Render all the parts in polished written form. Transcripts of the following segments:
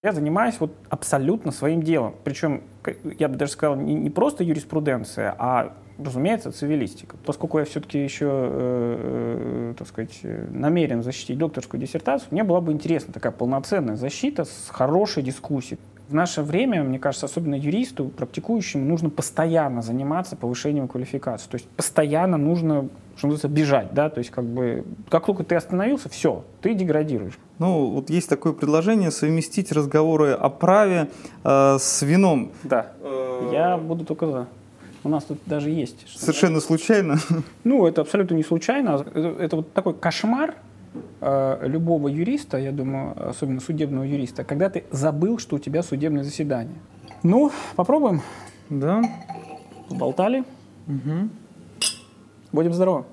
Я занимаюсь вот абсолютно своим делом. Причем, я бы даже сказал, не просто юриспруденция, а, разумеется, цивилистика. Поскольку я все-таки еще, так сказать, намерен защитить докторскую диссертацию, мне была бы интересна такая полноценная защита с хорошей дискуссией. В наше время, мне кажется, особенно юристу, практикующему, нужно постоянно заниматься повышением квалификации. То есть постоянно нужно, что называется, бежать, да, то есть как только ты остановился, все, ты деградируешь. Ну, вот есть такое предложение совместить разговоры о праве с вином. Да, я буду только за. У нас тут даже есть. Совершенно случайно? Ну, это абсолютно не случайно. Это вот такой кошмар любого юриста, я думаю, особенно судебного юриста, когда ты забыл, что у тебя судебное заседание. Ну, попробуем. Да. Поболтали. Угу. Будем здоровы.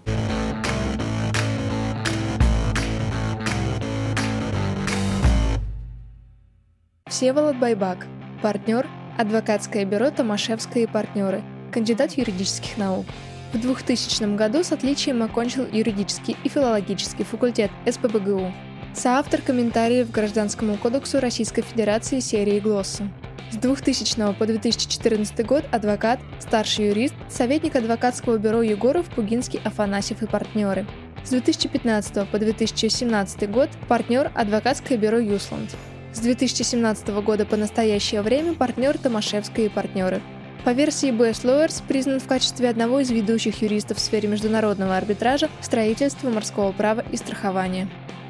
Всеволод Байбак, партнер, адвокатское бюро «Томашевская и партнеры», кандидат юридических наук. В 2000 году с отличием окончил юридический и филологический факультет СПбГУ. Соавтор комментариев к Гражданскому кодексу Российской Федерации серии «Глосса». С 2000 по 2014 год адвокат, старший юрист, советник адвокатского бюро Егоров, Пугинский, Афанасьев и партнеры. С 2015 по 2017 год партнер, адвокатское бюро Юсланд. С 2017 года по настоящее время партнер Томашевская и партнеры. По версии BS Lawyers признан в качестве одного из ведущих юристов в сфере международного арбитража, строительства, морского права и страхования.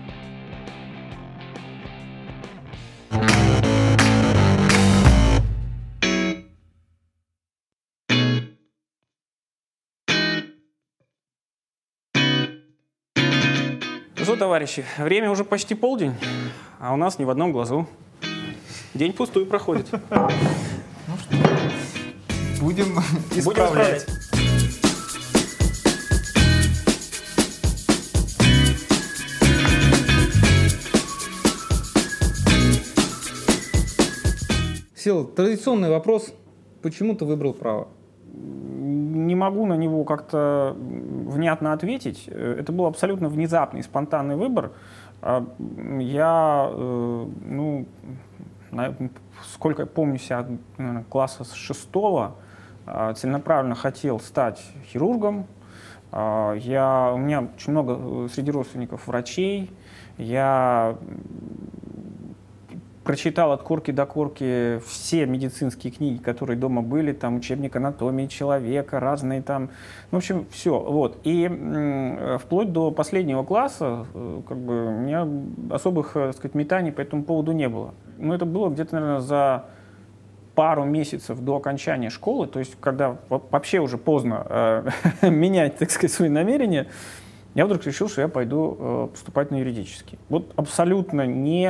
Что, товарищи, время уже почти полдень, а у нас ни в одном глазу. День пустую проходит. Ну что, будем исправлять. Сел, традиционный вопрос. Почему ты выбрал право? Не могу на него как-то внятно ответить. Это был абсолютно внезапный, спонтанный выбор. Я, сколько я помню себя, наверное, класса с 6-го, целенаправленно хотел стать хирургом. У меня очень много среди родственников врачей. Я прочитал от корки до корки все медицинские книги, которые дома были, там учебник анатомии человека, разные там, в общем, все. Вот. И вплоть до последнего класса у меня особых, так сказать, метаний по этому поводу не было. Но это было где-то, наверное, за пару месяцев до окончания школы, то есть когда вообще уже поздно менять, так сказать, свои намерения, я вдруг решил, что я пойду поступать на юридический. Вот абсолютно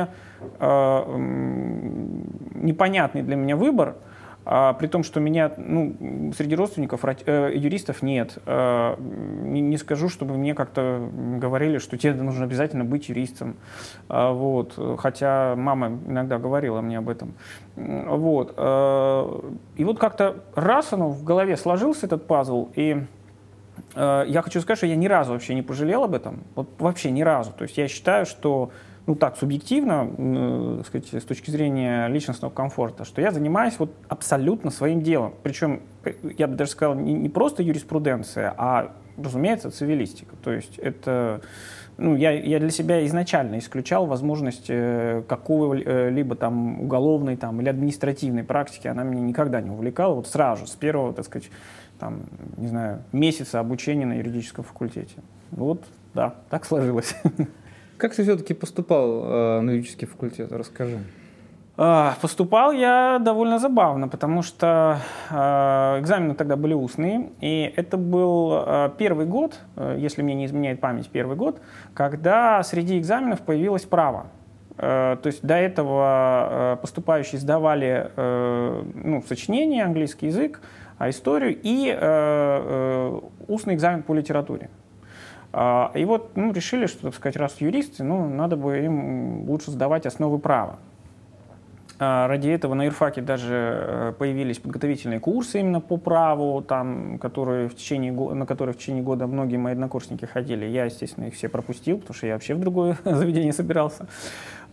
непонятный для меня выбор, при том, что меня среди родственников юристов нет. Не скажу, чтобы мне как-то говорили, что тебе нужно обязательно быть юристом. Вот. Хотя мама иногда говорила мне об этом. Вот. И вот как-то раз оно в голове сложился, этот пазл, и я хочу сказать, что я ни разу вообще не пожалел об этом, вот вообще ни разу. То есть я считаю, что, так субъективно, так сказать, с точки зрения личностного комфорта, что я занимаюсь вот абсолютно своим делом. Причем, я бы даже сказал, не просто юриспруденция, а, разумеется, цивилистика. То есть это, я для себя изначально исключал возможность какого-либо там уголовной там, или административной практики, она меня никогда не увлекала, вот сразу же, с первого, так сказать, месяца обучения на юридическом факультете. Вот, да, так сложилось. Как ты все-таки поступал на юридический факультет? Расскажи. Поступал я довольно забавно, потому что экзамены тогда были устные, и это был первый год, если мне не изменяет память, первый год, когда среди экзаменов появилось право. То есть до этого поступающие сдавали сочинение, английский язык, историю и устный экзамен по литературе. И вот решили, что, так сказать, раз юристы, надо бы им лучше сдавать основы права. Ради этого на юрфаке даже появились подготовительные курсы именно по праву, на которые в течение года многие мои однокурсники ходили. Я, естественно, их все пропустил, потому что я вообще в другое заведение собирался.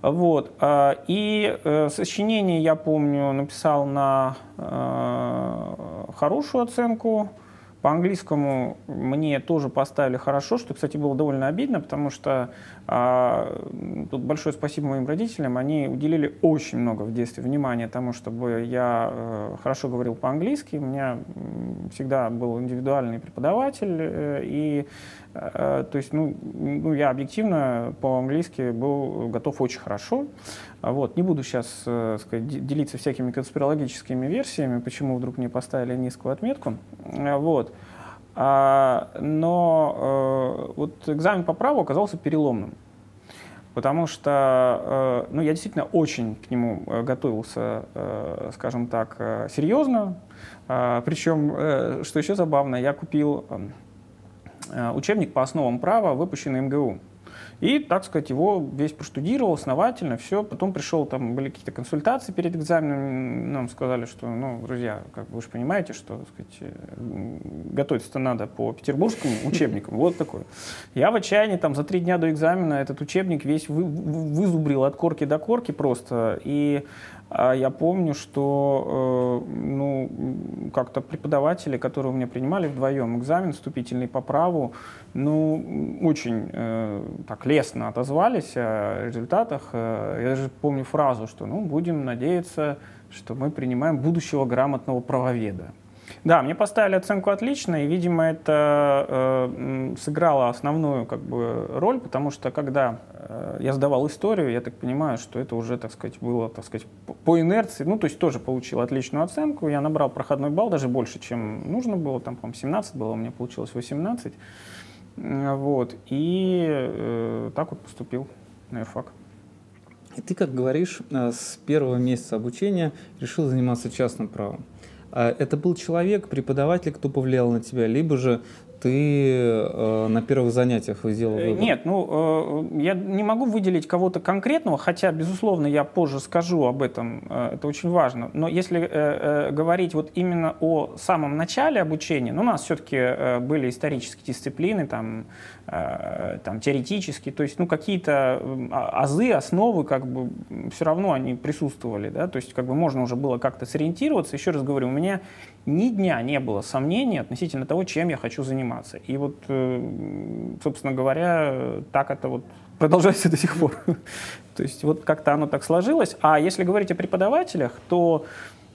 Вот. И сочинение, я помню, написал на хорошую оценку. По английскому мне тоже поставили хорошо, что, кстати, было довольно обидно, потому что тут большое спасибо моим родителям. Они уделили очень много в детстве внимания тому, чтобы я хорошо говорил по-английски. У меня всегда был индивидуальный преподаватель, и то есть, я объективно по-английски был готов очень хорошо. Вот. Не буду сейчас делиться всякими конспирологическими версиями, почему вдруг мне поставили низкую отметку. Вот. Но вот экзамен по праву оказался переломным, потому что я действительно очень к нему готовился, скажем так, серьезно. Причем, что еще забавно, я купил учебник по основам права, выпущенный МГУ. И, так сказать, его весь проштудировал основательно, все. Потом пришел, там были какие-то консультации перед экзаменом. Нам сказали, что, друзья, как вы же понимаете, что, так сказать, готовиться-то надо по петербургским учебникам. Вот такой. Я в отчаянии там за 3 дня до экзамена этот учебник весь вызубрил от корки до корки просто. И я помню, что как-то преподаватели, которые у меня принимали вдвоем экзамен вступительный по праву, очень так лестно отозвались о результатах. Я даже помню фразу, что будем надеяться, что мы принимаем будущего грамотного правоведа. Да, мне поставили оценку «отлично», и, видимо, это сыграло основную роль, потому что, когда я сдавал историю, я так понимаю, что это уже, так сказать, было, так сказать, по инерции, то есть тоже получил отличную оценку, я набрал проходной балл, даже больше, чем нужно было, там, по-моему, 17 было, у меня получилось 18, вот, и так вот поступил на юрфак. И ты, как говоришь, с первого месяца обучения решил заниматься частным правом. Это был человек, преподаватель, кто повлиял на тебя, либо же ты на первых занятиях сделал выбор? Нет, я не могу выделить кого-то конкретного, хотя, безусловно, я позже скажу об этом, это очень важно. Но если говорить вот именно о самом начале обучения, у нас все-таки были исторические дисциплины, там теоретические, то есть какие-то азы, основы, все равно они присутствовали, да, то есть можно уже было как-то сориентироваться. Еще раз говорю, у меня ни дня не было сомнений относительно того, чем я хочу заниматься. И вот, собственно говоря, так это вот продолжается до сих пор. То есть вот как-то оно так сложилось. А если говорить о преподавателях, то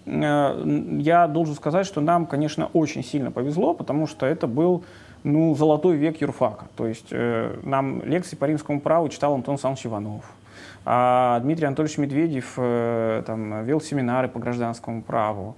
я должен сказать, что нам, конечно, очень сильно повезло, потому что это был золотой век юрфака. То есть нам лекции по римскому праву читал Антон Александрович Иванов, а Дмитрий Анатольевич Медведев вел семинары по гражданскому праву.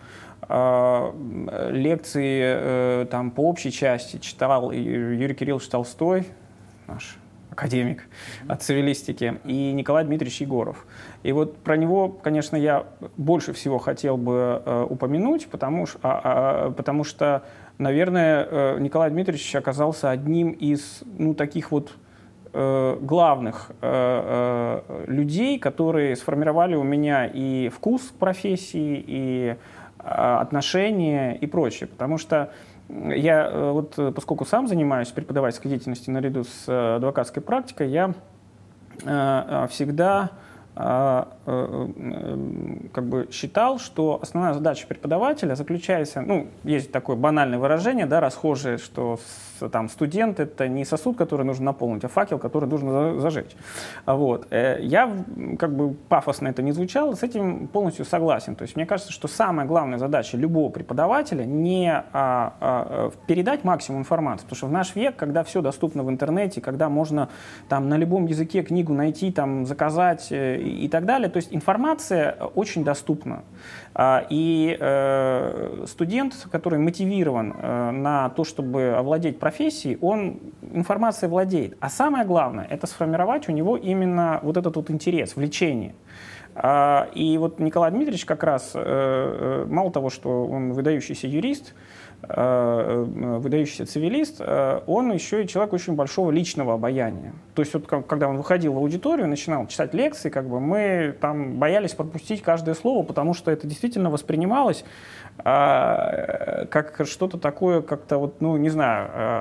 Лекции по общей части читал Юрий Кириллович Толстой, наш академик от цивилистики, и Николай Дмитриевич Егоров. И вот про него, конечно, я больше всего хотел бы упомянуть, потому что, наверное, Николай Дмитриевич оказался одним из таких вот главных людей, которые сформировали у меня и вкус к профессии, и отношения и прочее. Потому что я, поскольку сам занимаюсь преподавательской деятельностью наряду с адвокатской практикой, я всегда считал, что основная задача преподавателя заключается, есть такое банальное выражение, да, расхожее, что студент — это не сосуд, который нужно наполнить, а факел, который нужно зажечь. Вот. Я, пафосно это не звучало, с этим полностью согласен. То есть мне кажется, что самая главная задача любого преподавателя не передать максимум информации, потому что в наш век, когда все доступно в интернете, когда можно на любом языке книгу найти, заказать и так далее, то есть информация очень доступна. И студент, который мотивирован на то, чтобы овладеть профессией, он информацией владеет. А самое главное — это сформировать у него именно вот этот вот интерес, влечение. И вот Николай Дмитриевич как раз, мало того, что он выдающийся юрист, выдающийся цивилист, он еще и человек очень большого личного обаяния. То есть вот когда он выходил в аудиторию, начинал читать лекции, мы боялись пропустить каждое слово, потому что это действительно воспринималось как что-то такое, как-то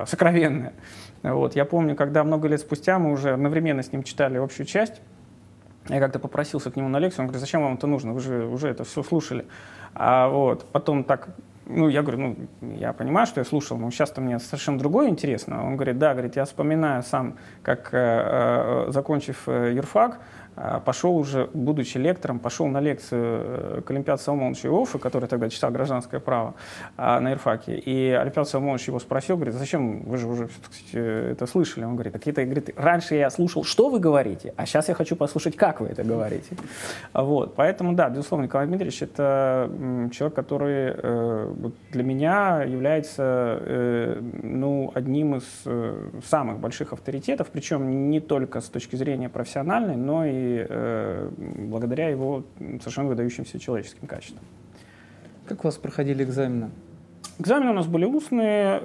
сокровенное. Вот. Я помню, когда много лет спустя мы уже одновременно с ним читали общую часть, Я как-то попросился к нему на лекцию, он говорит, зачем вам это нужно, вы же уже это все слушали. Вот. Потом так, я говорю, я понимаю, что я слушал, но сейчас-то мне совершенно другое интересно. Он говорит, да, говорит, я вспоминаю сам, как, закончив юрфак, пошел уже, будучи лектором, пошел на лекцию к Олимпиаду Соломоновичу Иоффе, который тогда читал гражданское право на юрфаке. И Олимпиад Соломонович его спросил, говорит, зачем, вы же уже это слышали? Он говорит, говорит, раньше я слушал, что вы говорите, а сейчас я хочу послушать, как вы это говорите. Вот. Поэтому, да, безусловно, Николай Дмитриевич — это человек, который для меня является одним из самых больших авторитетов, причем не только с точки зрения профессиональной, но и благодаря его совершенно выдающимся человеческим качествам. Как у вас проходили экзамены? Экзамены у нас были устные,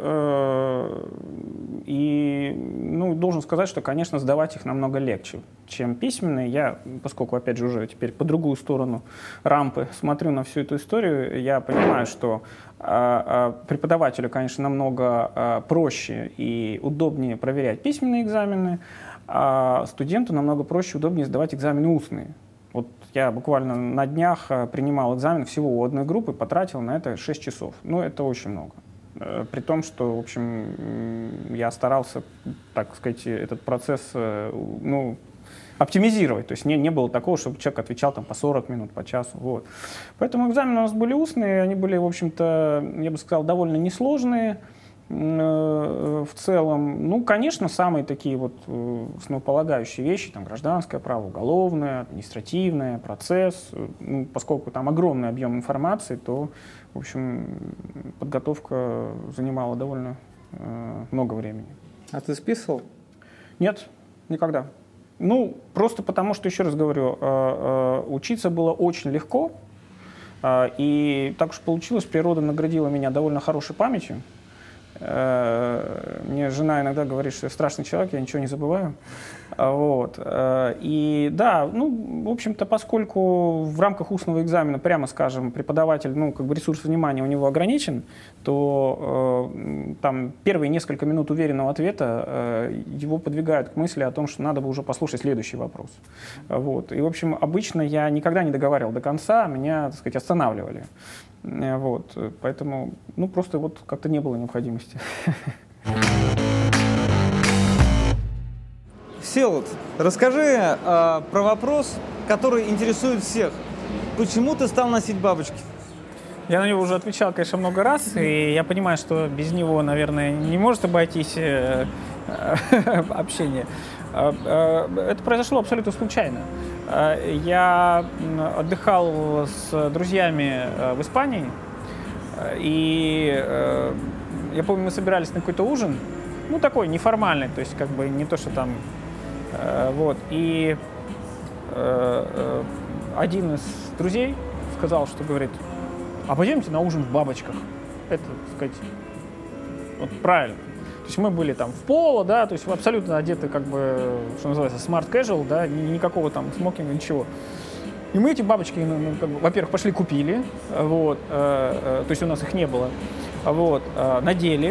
и должен сказать, что, конечно, сдавать их намного легче, чем письменные. Я, поскольку, опять же, уже теперь по другую сторону рампы смотрю на всю эту историю, я понимаю, что преподавателю, конечно, намного проще и удобнее проверять письменные экзамены, а студенту намного проще и удобнее сдавать экзамены устные. Вот я буквально на днях принимал экзамен всего у одной группы, потратил на это 6 часов. Это очень много. При том, что, в общем, я старался, так сказать, этот процесс, оптимизировать. То есть не было такого, чтобы человек отвечал там по 40 минут, по часу. Вот. Поэтому экзамены у нас были устные, они были, в общем-то, я бы сказал, довольно несложные. В целом, конечно, самые такие вот основополагающие вещи, там гражданское право, уголовное, административное, процесс, поскольку там огромный объем информации, то, в общем, подготовка занимала довольно много времени. А ты списывал? Нет, никогда. Просто потому, что, еще раз говорю, учиться было очень легко, и так уж получилось, природа наградила меня довольно хорошей памятью. Мне жена иногда говорит, что я страшный человек, я ничего не забываю. Вот. И да, в общем-то, поскольку в рамках устного экзамена, прямо скажем, преподаватель, ресурс внимания у него ограничен, то там первые несколько минут уверенного ответа его подвигают к мысли о том, что надо бы уже послушать следующий вопрос. Вот. И, в общем, обычно я никогда не договаривал до конца, меня, так сказать, останавливали. Вот. Поэтому, просто вот как-то не было необходимости. Всеволод, расскажи про вопрос, который интересует всех. Почему ты стал носить бабочки? Я на него уже отвечал, конечно, много раз, и я понимаю, что без него, наверное, не может обойтись общение. Это произошло абсолютно случайно. Я отдыхал с друзьями в Испании, и я помню, мы собирались на какой-то ужин, такой неформальный, то есть не то, что там, вот, и один из друзей сказал, что говорит, а пойдемте на ужин в бабочках, это, так сказать, вот правильно. То есть мы были там в поло, да, то есть абсолютно одеты, что называется, smart casual, да, никакого там смокинга, ничего. И мы эти бабочки, во-первых, пошли купили, вот, то есть у нас их не было, вот, надели.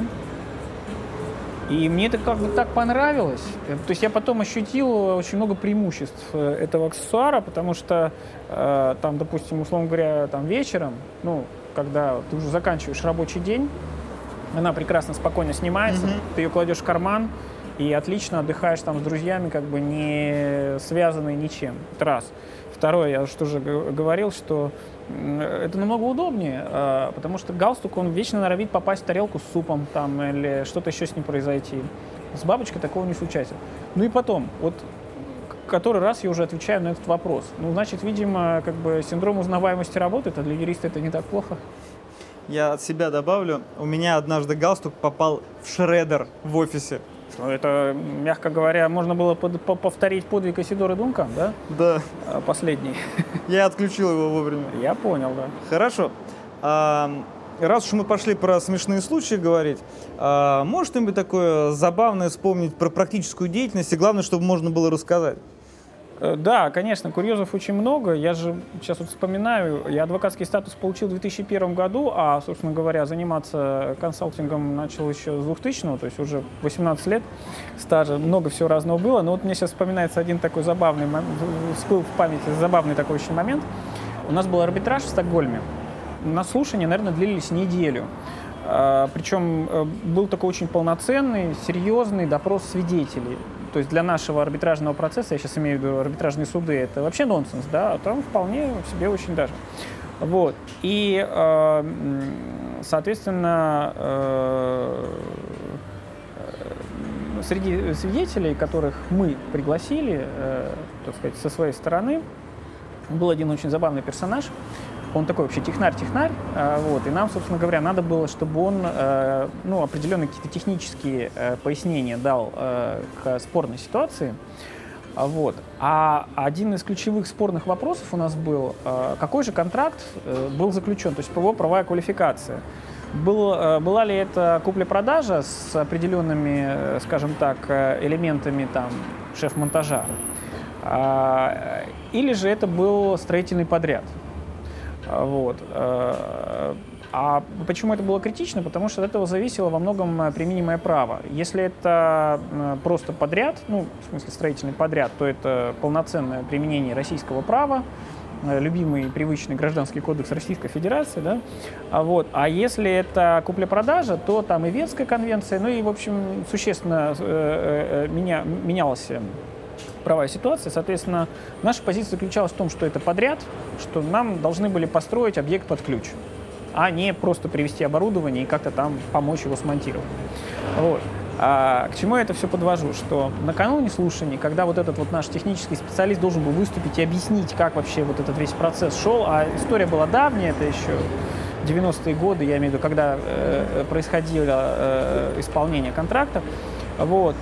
И мне это так понравилось. То есть я потом ощутил очень много преимуществ этого аксессуара, потому что там, допустим, условно говоря, там вечером, когда ты уже заканчиваешь рабочий день, она прекрасно, спокойно снимается, ты ее кладешь в карман и отлично отдыхаешь там с друзьями, не связанные ничем. Это раз. Второе, я уже тоже говорил, что это намного удобнее, потому что галстук, он вечно норовит попасть в тарелку с супом там, или что-то еще с ним произойти. С бабочкой такого не случается. И потом, вот который раз я уже отвечаю на этот вопрос. Значит, видимо, синдром узнаваемости работает, а для юриста это не так плохо. Я от себя добавлю, у меня однажды галстук попал в шредер в офисе. Это, мягко говоря, можно было повторить подвиг Исидоры Дункан, да? Да. Последний. Я отключил его вовремя. Я понял, да. Хорошо. Раз уж мы пошли про смешные случаи говорить, можешь что-нибудь такое забавное вспомнить про практическую деятельность, и главное, чтобы можно было рассказать? Да, конечно, курьезов очень много. Я же сейчас вот вспоминаю, я адвокатский статус получил в 2001 году, а, собственно говоря, заниматься консалтингом начал еще с 2000-го, то есть уже 18 лет стажа, много всего разного было. Но вот мне сейчас вспоминается один такой забавный, всплыл в памяти забавный такой очень момент. У нас был арбитраж в Стокгольме. На слушания, наверное, длились неделю. Причем был такой очень полноценный, серьезный допрос свидетелей. То есть для нашего арбитражного процесса, я сейчас имею в виду арбитражные суды, это вообще нонсенс, да, а там вполне себе очень даже. Вот. И, соответственно, среди свидетелей, которых мы пригласили, так сказать, со своей стороны, был один очень забавный персонаж. Он такой вообще технарь, вот, и нам, собственно говоря, надо было, чтобы он определенные какие-то технические пояснения дал к спорной ситуации. Вот. А один из ключевых спорных вопросов у нас был, какой же контракт был заключен, то есть ПВО правовая квалификация. Была ли это купля-продажа с определенными, скажем так, элементами там, шеф-монтажа, или же это был строительный подряд. Вот. А почему это было критично? Потому что от этого зависело во многом применимое право. Если это просто подряд, в смысле строительный подряд, то это полноценное применение российского права, любимый и привычный Гражданский кодекс Российской Федерации, да? А если это купля-продажа, то там и Венская конвенция, и, в общем, существенно менялась правовая ситуация. Соответственно, наша позиция заключалась в том, что это подряд, что нам должны были построить объект под ключ, а не просто привезти оборудование и как-то там помочь его смонтировать. Вот. А к чему я это все подвожу? Что накануне слушаний, когда вот этот вот наш технический специалист должен был выступить и объяснить, как вообще вот этот весь процесс шел, а история была давняя, это еще 90-е годы, я имею в виду, когда происходило исполнение контракта, вот.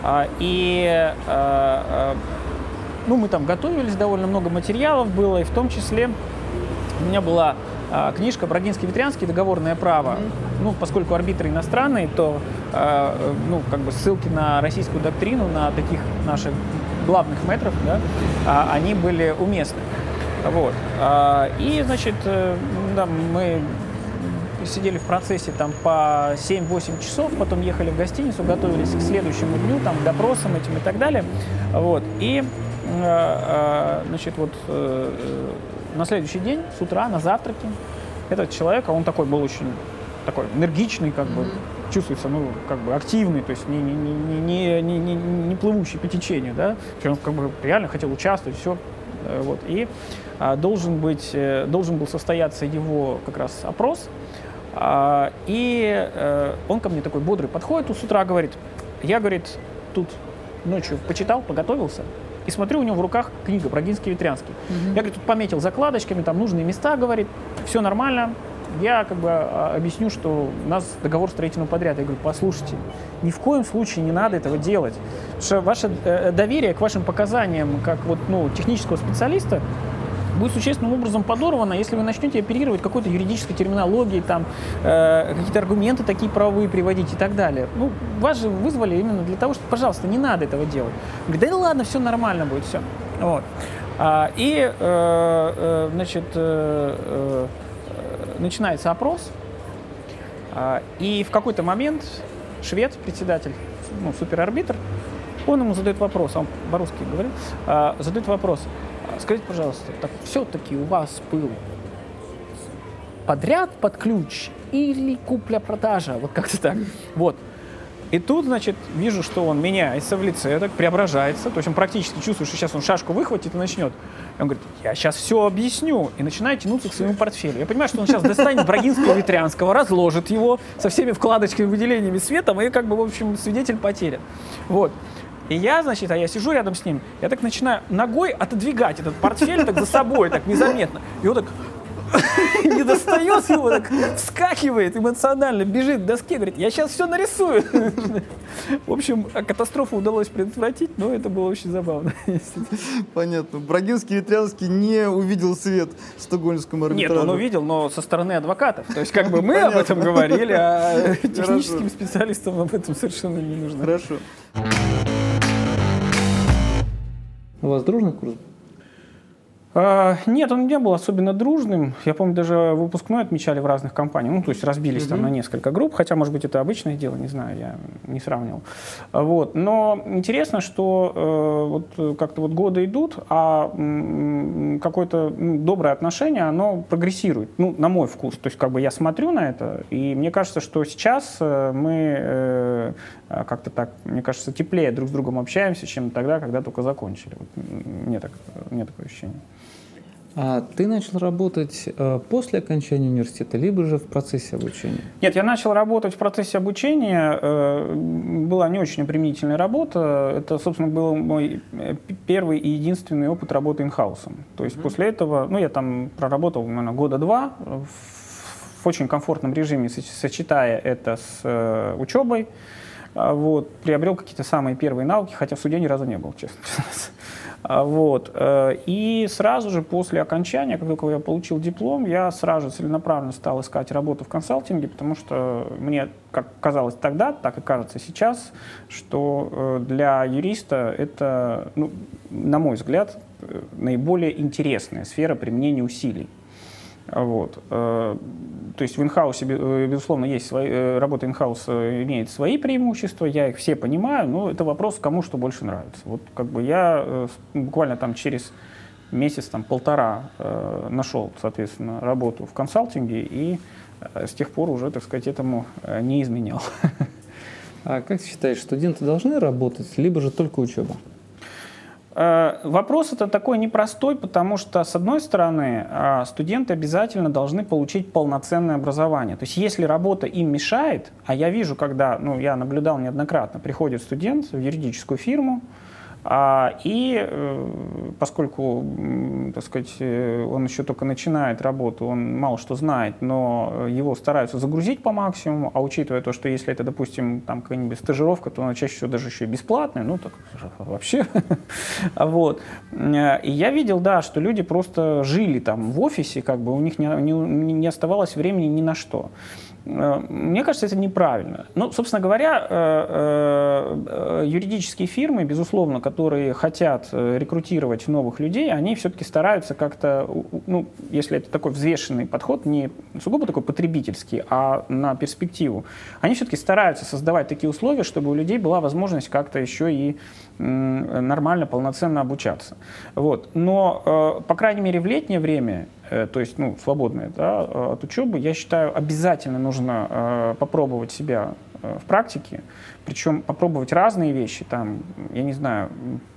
Мы там готовились, довольно много материалов было, и в том числе у меня была книжка «Брагинский-Ветрянский. Договорное право». Поскольку арбитры иностранные, то ссылки на российскую доктрину, на таких наших главных мэтров, да, они были уместны. Вот. И, значит, мы сидели в процессе там по 7-8 часов, потом ехали в гостиницу, готовились к следующему дню, там, к допросам этим и так далее. Вот. И, на следующий день, с утра, на завтраке, этот человек, он такой был очень такой энергичный, чувствуется, активный, то есть не плывущий по течению, да, он реально хотел участвовать, все. Вот. И должен был состояться его как раз опрос. И он ко мне такой бодрый подходит, с утра говорит, я, тут ночью почитал, поготовился, и смотрю, у него в руках книга «Брагинский-Ветрянский». Я, тут пометил закладочками, там нужные места, говорит, все нормально. Я объясню, что у нас договор строительного подряда. Я говорю, послушайте, ни в коем случае не надо этого делать. Потому что ваше доверие к вашим показаниям, как технического специалиста, будет существенным образом подорвано, если вы начнете оперировать какой-то юридической терминологией, какие-то аргументы такие правовые приводить и так далее. Вас же вызвали именно для того, чтобы, пожалуйста, не надо этого делать. Говорит, да ладно, все нормально будет, все. Вот. Начинается опрос, и в какой-то момент швед, председатель, суперарбитр, он ему задает вопрос, он по-русски говорит, задает вопрос, скажите, пожалуйста, так все-таки у вас был подряд под ключ или купля-продажа, вот как-то так, вот. И тут, значит, вижу, что он меняется в лице, так преображается, то есть он практически чувствует, что сейчас он шашку выхватит и начнет. И он говорит, я сейчас все объясню, и начинает тянуться к своему портфелю. Я понимаю, что он сейчас достанет Брагинского-Ветрянского, разложит его со всеми вкладочками, выделениями светом, и в общем, свидетель потерян. Вот. И я, значит, я сижу рядом с ним, я так начинаю ногой отодвигать этот портфель так за собой, так незаметно. И он так не достает его, так вскакивает эмоционально, бежит к доске, говорит, я сейчас все нарисую. В общем, катастрофу удалось предотвратить, но это было очень забавно. Понятно. Брагинский-Ветрянский не увидел свет в стокгольмском арбитраже. Нет, он увидел, но со стороны адвокатов. То есть мы об этом говорили, а техническим специалистам об этом совершенно не нужно. Хорошо. У вас дружный курс? Нет, он не был особенно дружным. Я помню, даже выпускной отмечали в разных компаниях. Ну, то есть разбились там на несколько групп, хотя, может быть, это обычное дело, не знаю, я не сравнивал. Вот. Но интересно, что вот как-то вот годы идут, а какое-то доброе отношение, оно прогрессирует, ну, на мой вкус. То есть как бы я смотрю на это, и мне кажется, что сейчас мы как-то так, мне кажется, теплее друг с другом общаемся, чем тогда, когда только закончили. Вот, мне такое ощущение. А ты начал работать после окончания университета, либо же в процессе обучения? Нет, я начал работать в процессе обучения. Была не очень обременительная работа. Это, собственно, был мой первый и единственный опыт работы инхаусом. То есть после этого, ну, я там проработал, наверное, года два в очень комфортном режиме, сочетая это с учебой. Вот, приобрел какие-то самые первые навыки, хотя в суде ни разу не был, честно. Вот. И сразу же после окончания, как только я получил диплом, я сразу же целенаправленно стал искать работу в консалтинге, потому что мне, как казалось тогда, так и кажется сейчас, что для юриста это, ну, на мой взгляд, наиболее интересная сфера применения усилий. Вот. То есть в инхаусе, безусловно, есть работа инхауса имеет свои преимущества, я их все понимаю, но это вопрос, кому что больше нравится. Вот как бы я буквально там через месяц, там, полтора нашел, соответственно, работу в консалтинге и с тех пор уже, так сказать, этому не изменял. А как ты считаешь, студенты должны работать, либо же только учеба? Вопрос это такой непростой, потому что, с одной стороны, студенты обязательно должны получить полноценное образование. То есть, если работа им мешает, а я вижу, когда, ну, я наблюдал неоднократно, приходит студент в юридическую фирму, и поскольку, так сказать, он еще только начинает работу, он мало что знает, но его стараются загрузить по максимуму, а учитывая то, что если это, допустим, там какая-нибудь стажировка, то она чаще всего даже еще и бесплатная, ну так вообще. Вот. И я видел, да, что люди просто жили там в офисе, как бы у них не оставалось времени ни на что. Мне кажется, это неправильно. Ну, собственно говоря, юридические фирмы, безусловно, которые хотят рекрутировать новых людей, они все-таки стараются как-то, ну, если это такой взвешенный подход, не сугубо такой потребительский, а на перспективу, они все-таки стараются создавать такие условия, чтобы у людей была возможность как-то еще и нормально, полноценно обучаться. Вот. Но, по крайней мере, в летнее время, то есть, ну, свободное, да, от учебы, я считаю, обязательно нужно попробовать себя в практике, причем попробовать разные вещи, там, я не знаю,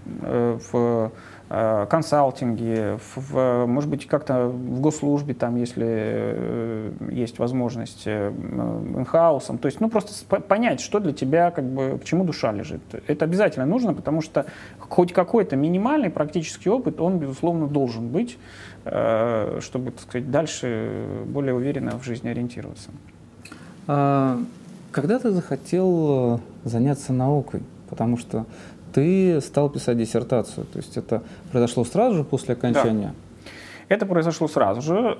в консалтинге, может быть, как-то в госслужбе, там, если есть возможность, инхаусом. То есть, ну, просто понять, что для тебя, как бы, к чему душа лежит. Это обязательно нужно, потому что хоть какой-то минимальный практический опыт, он, безусловно, должен быть, чтобы, так сказать, дальше более уверенно в жизни ориентироваться. Когда ты захотел заняться наукой? Потому что ты стал писать диссертацию, то есть это произошло сразу же после окончания? Да. Это произошло сразу же.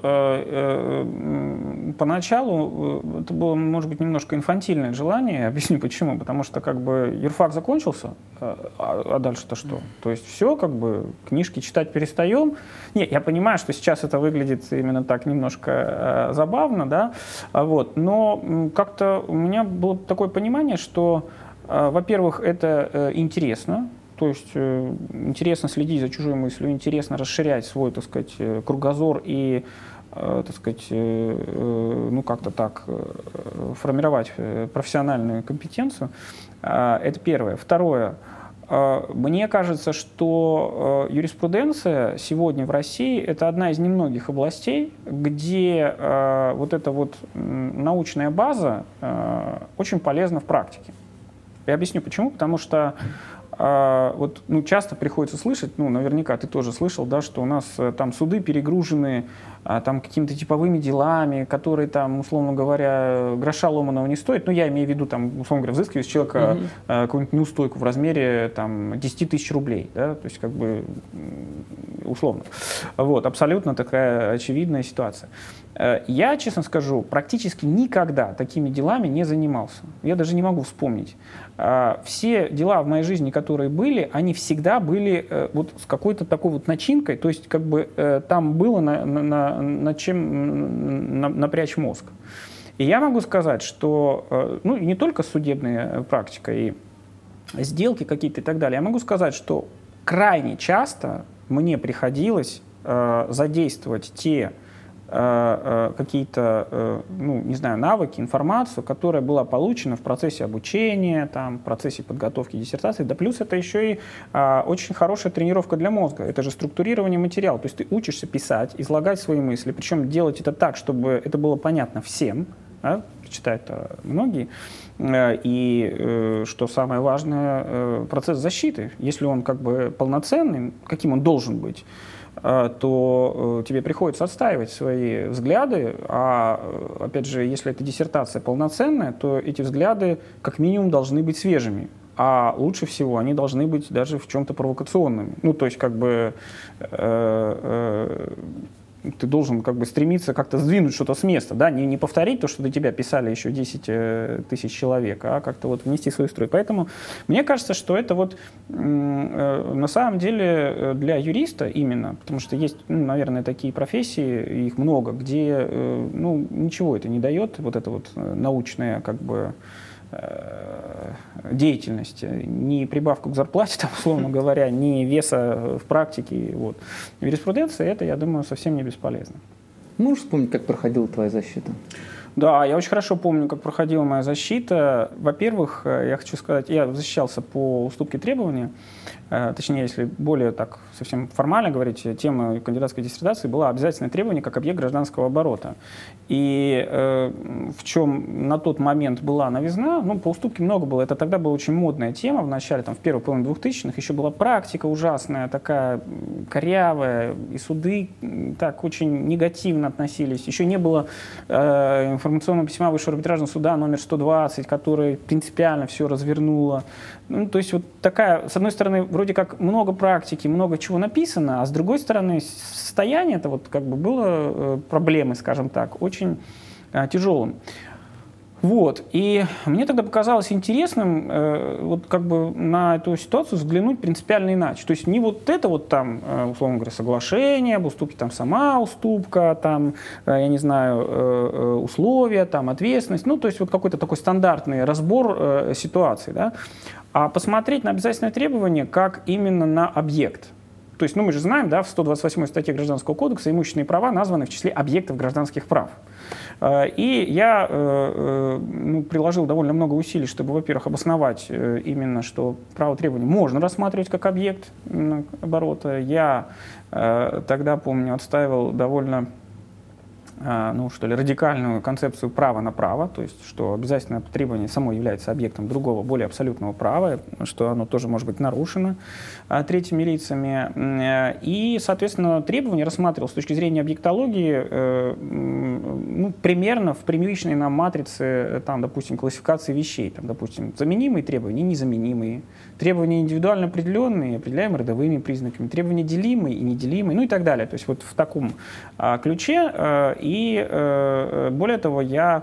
Поначалу это было, может быть, немножко инфантильное желание. Объясню почему. Потому что как бы юрфак закончился, а дальше-то что? То есть все, как бы, книжки читать перестаем. Нет, я понимаю, что сейчас это выглядит именно так немножко забавно, да, вот. Но как-то у меня было такое понимание, что, во-первых, это интересно. То есть интересно следить за чужой мыслью, интересно расширять свой, так сказать, кругозор и, так сказать, ну как-то так формировать профессиональную компетенцию. Это первое. Второе. Мне кажется, что юриспруденция сегодня в России – это одна из немногих областей, где вот эта вот научная база очень полезна в практике. Я объясню почему. Потому что вот, ну, часто приходится слышать, ну, наверняка ты тоже слышал, да, что у нас там суды перегружены там какими-то типовыми делами, которые там, условно говоря, гроша ломаного не стоят. Ну, я имею в виду, там, условно говоря, взыскивать с человека какую-нибудь неустойку в размере там 10 тысяч рублей, да, то есть как бы условно. Вот, абсолютно такая очевидная ситуация. Я, честно скажу, практически никогда такими делами не занимался. Я даже не могу вспомнить. Все дела в моей жизни, которые были, они всегда были вот с какой-то такой вот начинкой, то есть как бы там было над чем напрячь мозг. И я могу сказать, что, ну, не только судебная практика и сделки какие-то и так далее, я могу сказать, что крайне часто мне приходилось задействовать те какие-то, ну, не знаю, навыки, информацию, которая была получена в процессе обучения, там, в процессе подготовки диссертации. Да плюс это еще и очень хорошая тренировка для мозга. Это же структурирование материала. То есть ты учишься писать, излагать свои мысли, причем делать это так, чтобы это было понятно всем, да? Читают многие. И, что самое важное, процесс защиты. Если он как бы полноценный, каким он должен быть, то тебе приходится отстаивать свои взгляды, а, опять же, если эта диссертация полноценная, то эти взгляды как минимум должны быть свежими, а лучше всего они должны быть даже в чем-то провокационными. Ну, то есть, как бы, ты должен как бы стремиться как-то сдвинуть что-то с места, да, не повторить то, что до тебя писали еще 10 тысяч человек, а как-то вот внести свой строй. Поэтому мне кажется, что это вот на самом деле для юриста именно, потому что есть, ну, наверное, такие профессии, их много, где, ну, ничего это не дает, вот это вот научная как бы деятельности, ни прибавку к зарплате, там, условно говоря, ни веса в практике. Вот. Юриспруденция, это, я думаю, совсем не бесполезно. Можешь вспомнить, как проходила твоя защита? Да, я очень хорошо помню, как проходила моя защита. Во-первых, я хочу сказать, я защищался по уступке требования. Точнее, если более так совсем формально говорить, тема кандидатской диссертации была обязательное требование как объект гражданского оборота. И в чем на тот момент была новизна, ну, по уступке много было, это тогда была очень модная тема в начале, там, в первой половине 2000-х, еще была практика ужасная, такая корявая, и суды так очень негативно относились. Еще не было информационного письма Высшего арбитражного суда номер 120, который принципиально все развернуло. Ну, то есть вот такая, с одной стороны, вроде как много практики, много чего написано, а с другой стороны, состояние это вот как бы было проблемой, скажем так, очень тяжелым. Вот. И мне тогда показалось интересным вот как бы на эту ситуацию взглянуть принципиально иначе. То есть не вот это вот там, условно говоря, соглашение, об уступке там сама уступка, там, я не знаю, условия, там, ответственность, ну, то есть вот какой-то такой стандартный разбор ситуации, да, а посмотреть на обязательное требование как именно на объект. То есть, ну, мы же знаем, да, в 128 статье Гражданского кодекса имущественные права названы в числе объектов гражданских прав. И я приложил довольно много усилий, чтобы, во-первых, обосновать именно, что право требования можно рассматривать как объект оборота. Я тогда, помню, отстаивал довольно радикальную концепцию права на право, то есть, что обязательное требование само является объектом другого, более абсолютного права, что оно тоже может быть нарушено третьими лицами. И, соответственно, требование рассматривалось с точки зрения объектологии примерно в привычной нам матрице, там, допустим, классификации вещей, там, допустим, заменимые требования и незаменимые, требования индивидуально определенные, определяемые родовыми признаками, требования делимые и неделимые, ну и так далее. То есть вот в таком ключе. И более того, я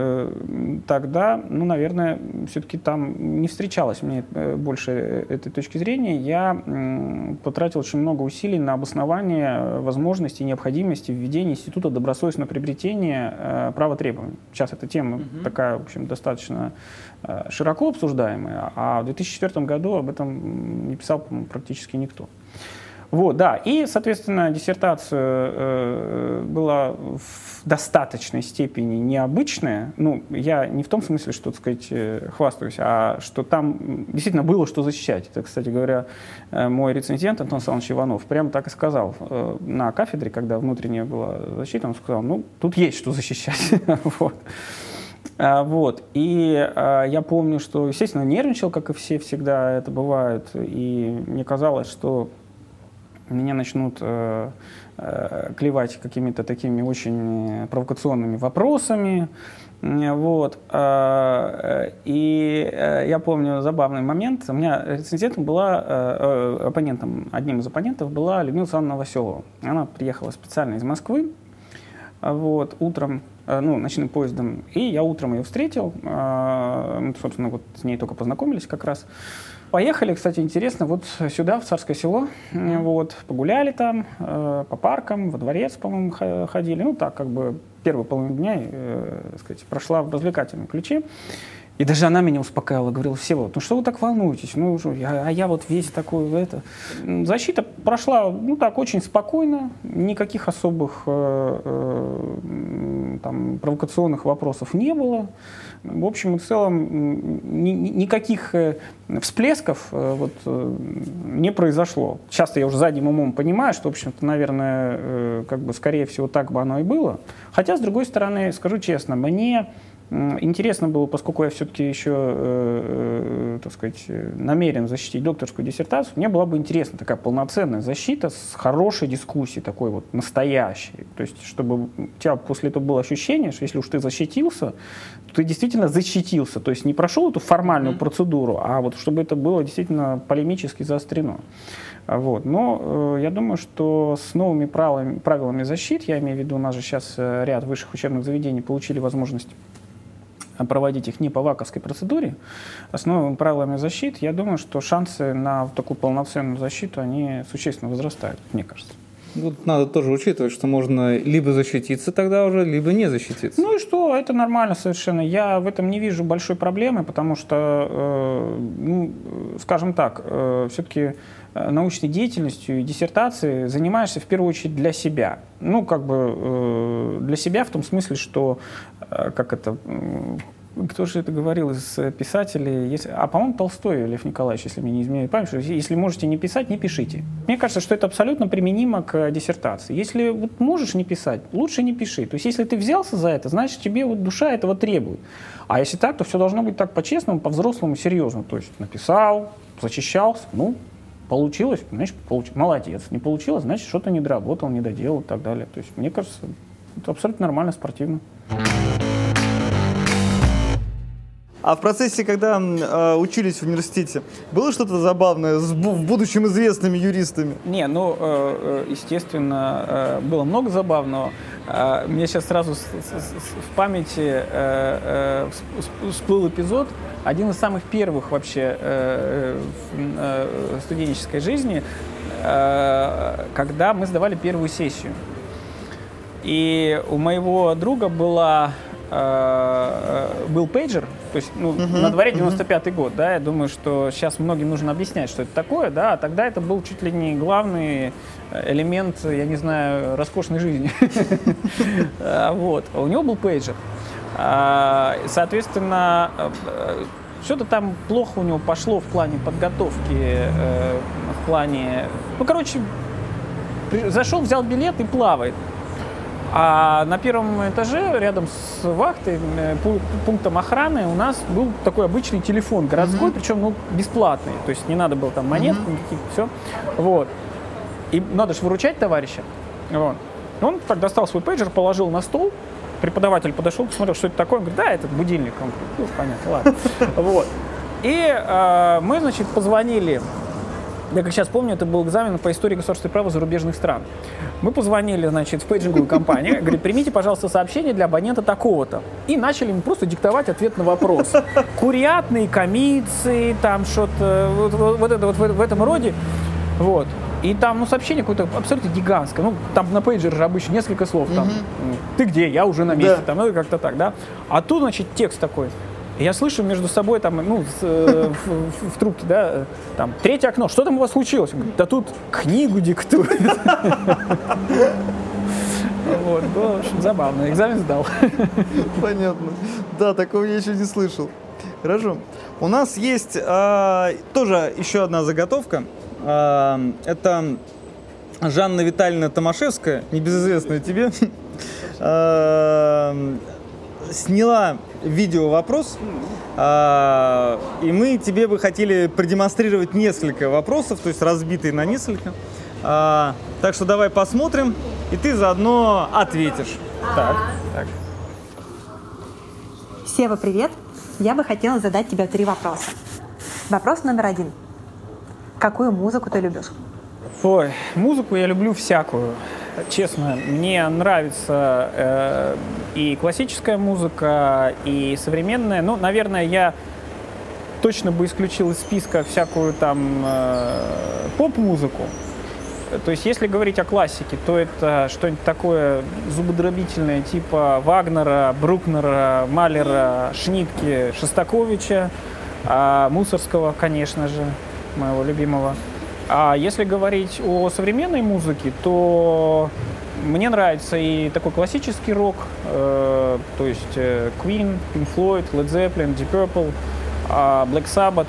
тогда, наверное, все-таки там не встречалось мне больше этой точки зрения. Я потратил очень много усилий на обоснование возможности и необходимости введения института добросовестного приобретения права требований. Сейчас эта тема такая, в общем, достаточно широко обсуждаемая, а в 2004 году об этом не писал, по-моему, практически никто. Вот, да, и, соответственно, диссертация была в достаточной степени необычная. Ну, я не в том смысле, что, так сказать, хвастаюсь, а что там действительно было что защищать. Это, кстати говоря, мой рецензент Антон Александрович Иванов прямо так и сказал на кафедре, когда внутренняя была защита, он сказал, тут есть что защищать. Вот. И я помню, что, естественно, нервничал, как и все всегда это бывает, и мне казалось, что меня начнут клевать какими-то такими очень провокационными вопросами. Вот. И я помню забавный момент. У меня рецензентом была, одним из оппонентов была Людмила Александровна Новоселова. Она приехала специально из Москвы. вот, утром, ночным поездом, и я утром ее встретил, мы, собственно, вот с ней только познакомились как раз. Поехали, кстати, интересно, вот сюда, в Царское Село, вот, погуляли там, по паркам, во дворец, по-моему, ходили, ну, так, как бы, первую половину дня, так сказать, прошла в развлекательном ключе. И даже она меня успокаивала, говорила: Всеволод, ну что вы так волнуетесь? Ну, я вот весь такой, это. Защита прошла, ну так, очень спокойно, никаких особых там, провокационных вопросов не было. В общем и целом, никаких всплесков вот, не произошло. Часто я уже задним умом понимаю, что, в общем-то, наверное, как бы, скорее всего, так бы оно и было. Хотя, с другой стороны, скажу честно, мне интересно было, поскольку я все-таки еще, так сказать, намерен защитить докторскую диссертацию, мне была бы интересна такая полноценная защита с хорошей дискуссией, такой вот настоящей. То есть, чтобы у тебя после этого было ощущение, что если уж ты защитился, то ты действительно защитился. То есть не прошел эту формальную процедуру, а вот чтобы это было действительно полемически заострено. Вот. Но я думаю, что с новыми правилами защиты, я имею в виду, у нас же сейчас ряд высших учебных заведений получили возможность проводить их не по ВАКовской процедуре, а с новыми правилами защиты, я думаю, что шансы на такую полноценную защиту, они существенно возрастают, мне кажется. Тут надо тоже учитывать, что можно либо защититься тогда уже, либо не защититься. Ну и что, это нормально совершенно. Я в этом не вижу большой проблемы, потому что, ну, скажем так, все-таки научной деятельностью и диссертацией занимаешься в первую очередь для себя. Ну, как бы для себя в том смысле, что, как это, кто же это говорил из писателей, по-моему, Толстой, Лев Николаевич, если мне не изменяет память, что если можете не писать, не пишите. Мне кажется, что это абсолютно применимо к диссертации. Если вот можешь не писать, лучше не пиши. То есть, если ты взялся за это, значит, тебе вот душа этого требует. А если так, то все должно быть так по-честному, по-взрослому, серьезно. То есть, написал, защищался, ну, получилось, значит, молодец. Не получилось, значит, что-то не доработал, не доделал и так далее. То есть, мне кажется, это абсолютно нормально, спортивно. А в процессе, когда учились в университете, было что-то забавное с в будущем известными юристами? Не, ну, естественно, было много забавного. Мне сейчас сразу в памяти всплыл эпизод, один из самых первых вообще в студенческой жизни, когда мы сдавали первую сессию. И у моего друга был пейджер, то есть на дворе 95-й год, да, я думаю, что сейчас многим нужно объяснять, что это такое, да, а тогда это был чуть ли не главный элемент, я не знаю, роскошной жизни. Вот, у него был пейджер. Соответственно, что-то там плохо у него пошло в плане подготовки, в плане, ну, короче, зашел, взял билет и плавает. А на первом этаже, рядом с вахтой, пунктом охраны, у нас был такой обычный телефон городской, причем, ну, бесплатный. То есть не надо было там монетку, никаких, все. Вот. И надо же выручать товарища. Вот. Он так достал свой пейджер, положил на стол. Преподаватель подошел, посмотрел, что это такое. Он говорит: да, это будильник. Он говорит: ну, понятно, ладно. Вот. И мы, значит, позвонили. Я как сейчас помню, это был экзамен по истории государственного права зарубежных стран. Мы позвонили, значит, в пейджинговую компанию, говорит: примите, пожалуйста, сообщение для абонента такого-то. И начали ему просто диктовать ответ на вопрос. Курятные, комицы, там что-то, вот это вот в этом роде. Вот. И там, ну, сообщение какое-то абсолютно гигантское. Ну, там на пейджере же обычно несколько слов. Там, ты где? Я уже на месте. Да. Там, ну, как-то так, да. А тут, значит, текст такой. И я слышу между собой, там, ну, в трубке, да, там, третье окно, что там у вас случилось? Он говорит: да тут книгу диктует. Вот, было, в общем, забавно. Экзамен сдал. Понятно. Да, такого я еще не слышал. Хорошо. У нас есть тоже еще одна заготовка. Это Жанна Витальевна Томашевская, небезызвестная тебе, сняла видео-вопрос, и мы тебе бы хотели продемонстрировать несколько вопросов, то есть разбитые на несколько. Так что давай посмотрим, и ты заодно ответишь. Так. Сева, привет. Я бы хотела задать тебе 3 вопроса. Вопрос номер 1. Какую музыку ты любишь? Ой, музыку я люблю всякую. честно, мне нравится и классическая музыка, и современная. Ну, наверное, я точно бы исключил из списка всякую там поп-музыку. То есть, если говорить о классике, то это что-нибудь такое зубодробительное, типа Вагнера, Брукнера, Малера, Шнитке, Шостаковича, Мусорского, конечно же, моего любимого. А если говорить о современной музыке, то мне нравится и такой классический рок, то есть Queen, Pink Floyd, Led Zeppelin, Deep Purple, Black Sabbath,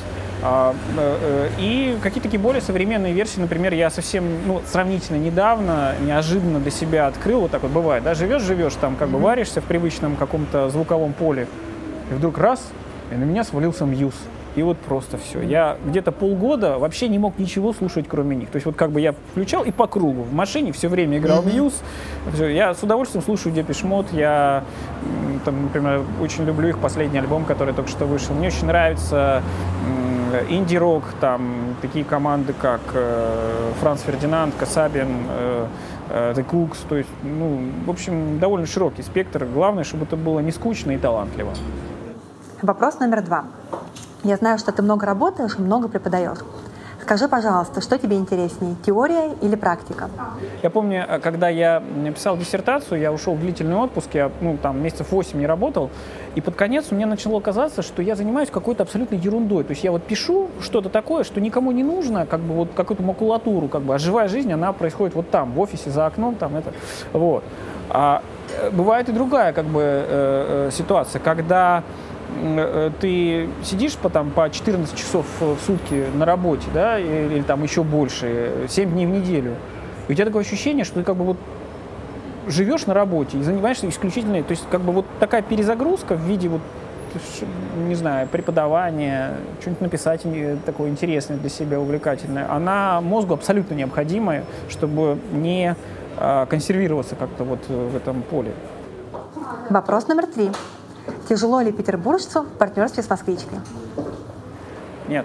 и какие-то такие более современные версии. Например, я совсем, сравнительно недавно, неожиданно для себя открыл, вот так вот бывает, да, живешь, там как бы варишься в привычном каком-то звуковом поле, и вдруг раз, и на меня свалился Muse. И вот просто все. Я где-то полгода вообще не мог ничего слушать, кроме них. То есть вот как бы я включал и по кругу. В машине все время играл Muse. Я с удовольствием слушаю Depeche Mode. Я, там, например, очень люблю их последний альбом, который только что вышел. Мне очень нравится инди-рок, там такие команды, как Франц Фердинанд, Касабин, The Cooks. То есть, в общем, довольно широкий спектр. Главное, чтобы это было не скучно и талантливо. Вопрос номер 2. Я знаю, что ты много работаешь и много преподаешь. Скажи, пожалуйста, что тебе интереснее, теория или практика? Я помню, когда я писал диссертацию, я ушел в длительный отпуск, я там месяцев 8 не работал, и под конец мне начало казаться, что я занимаюсь какой-то абсолютной ерундой. То есть я вот пишу что-то такое, что никому не нужно, как бы вот какую-то макулатуру, как бы, а живая жизнь, она происходит вот там, в офисе, за окном, там это, вот. А бывает и другая, как бы, ситуация, когда ты сидишь по 14 часов в сутки на работе, да, или там еще больше, 7 дней в неделю. И у тебя такое ощущение, что ты как бы вот живешь на работе и занимаешься исключительно, то есть как бы вот такая перезагрузка в виде вот, не знаю, преподавания, что-нибудь написать такое интересное для себя, увлекательное, она мозгу абсолютно необходимая, чтобы не консервироваться как-то вот в этом поле. Вопрос номер 3. Тяжело ли петербуржцу в партнерстве с москвичкой? Нет,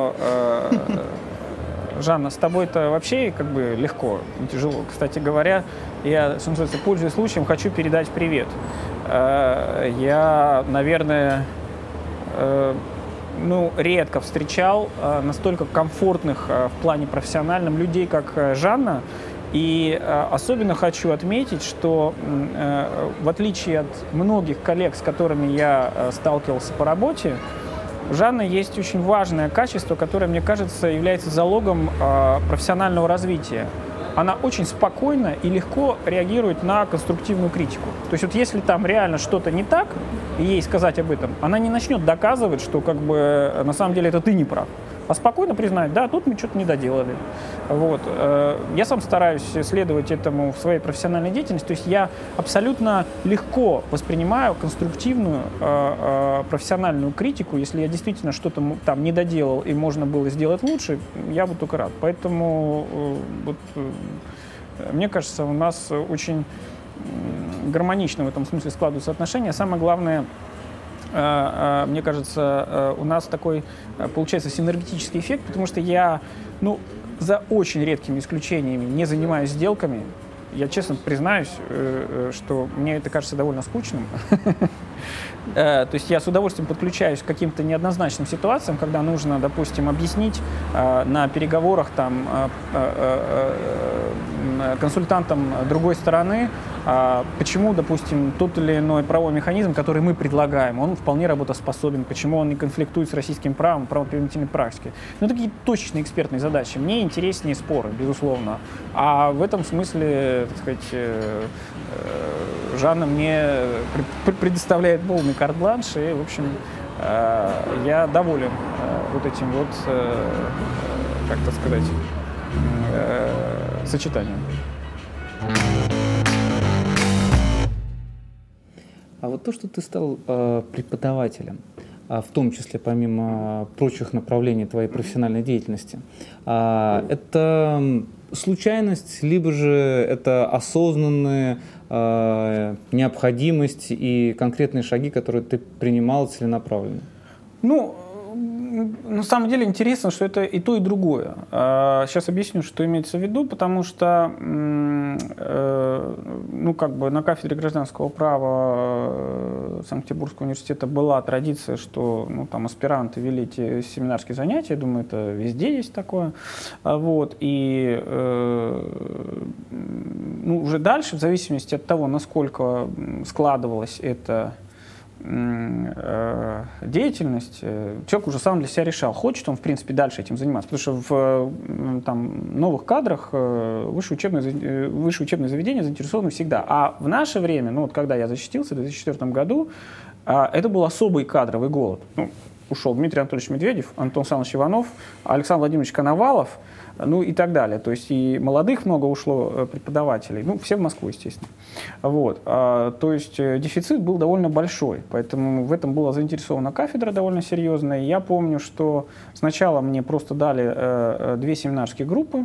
Жанна, с тобой-то вообще как бы легко, не тяжело. Кстати говоря, я, что называется, пользуясь случаем, хочу передать привет. Я, наверное, редко встречал настолько комфортных в плане профессиональном людей, как Жанна. И особенно хочу отметить, что в отличие от многих коллег, с которыми я сталкивался по работе, у Жанны есть очень важное качество, которое, мне кажется, является залогом профессионального развития. Она очень спокойно и легко реагирует на конструктивную критику. То есть вот если там реально что-то не так, и ей сказать об этом, она не начнет доказывать, что как бы на самом деле это ты не прав. А спокойно признать, да, тут мы что-то не доделали. Вот. Я сам стараюсь следовать этому в своей профессиональной деятельности. То есть я абсолютно легко воспринимаю конструктивную профессиональную критику. Если я действительно что-то там не доделал и можно было сделать лучше, я буду только рад. Поэтому мне кажется, у нас очень гармонично в этом смысле складываются отношения. Самое главное, мне кажется, у нас такой получается синергетический эффект, потому что я, за очень редкими исключениями не занимаюсь сделками. Я честно признаюсь, что мне это кажется довольно скучным. То есть я с удовольствием подключаюсь к каким-то неоднозначным ситуациям, когда нужно, допустим, объяснить на переговорах там, консультантам другой стороны, почему, допустим, тот или иной правовой механизм, который мы предлагаем, он вполне работоспособен, почему он не конфликтует с российским правом, правоприменительной практикой. Такие точечные экспертные задачи. Мне интереснее споры, безусловно. А в этом смысле, так сказать, Жанна мне предоставляет полный карт-бланш, и, в общем, я доволен вот этим вот, как так сказать, сочетанием. А вот то, что ты стал преподавателем, в том числе помимо прочих направлений твоей профессиональной деятельности, это случайность, либо же это осознанная необходимость и конкретные шаги, которые ты принимал целенаправленно? На самом деле интересно, что это и то, и другое. Сейчас объясню, что имеется в виду, потому что на кафедре гражданского права Санкт-Петербургского университета была традиция, что там аспиранты вели эти семинарские занятия. Я думаю, это везде есть такое. Вот. И уже дальше, в зависимости от того, насколько складывалась эта деятельность, человек уже сам для себя решал, хочет он, в принципе, дальше этим заниматься. Потому что в новых кадрах высшее учебное заведение заинтересованы всегда. А в наше время, когда я защитился в 2004 году, это был особый кадровый голод. Ушел Дмитрий Анатольевич Медведев, Антон Александрович Иванов, Александр Владимирович Коновалов, и так далее. То есть и молодых много ушло преподавателей, все в Москву, естественно. Вот. То есть дефицит был довольно большой, поэтому в этом была заинтересована кафедра довольно серьезная. Я помню, что сначала мне просто дали 2 семинарские группы,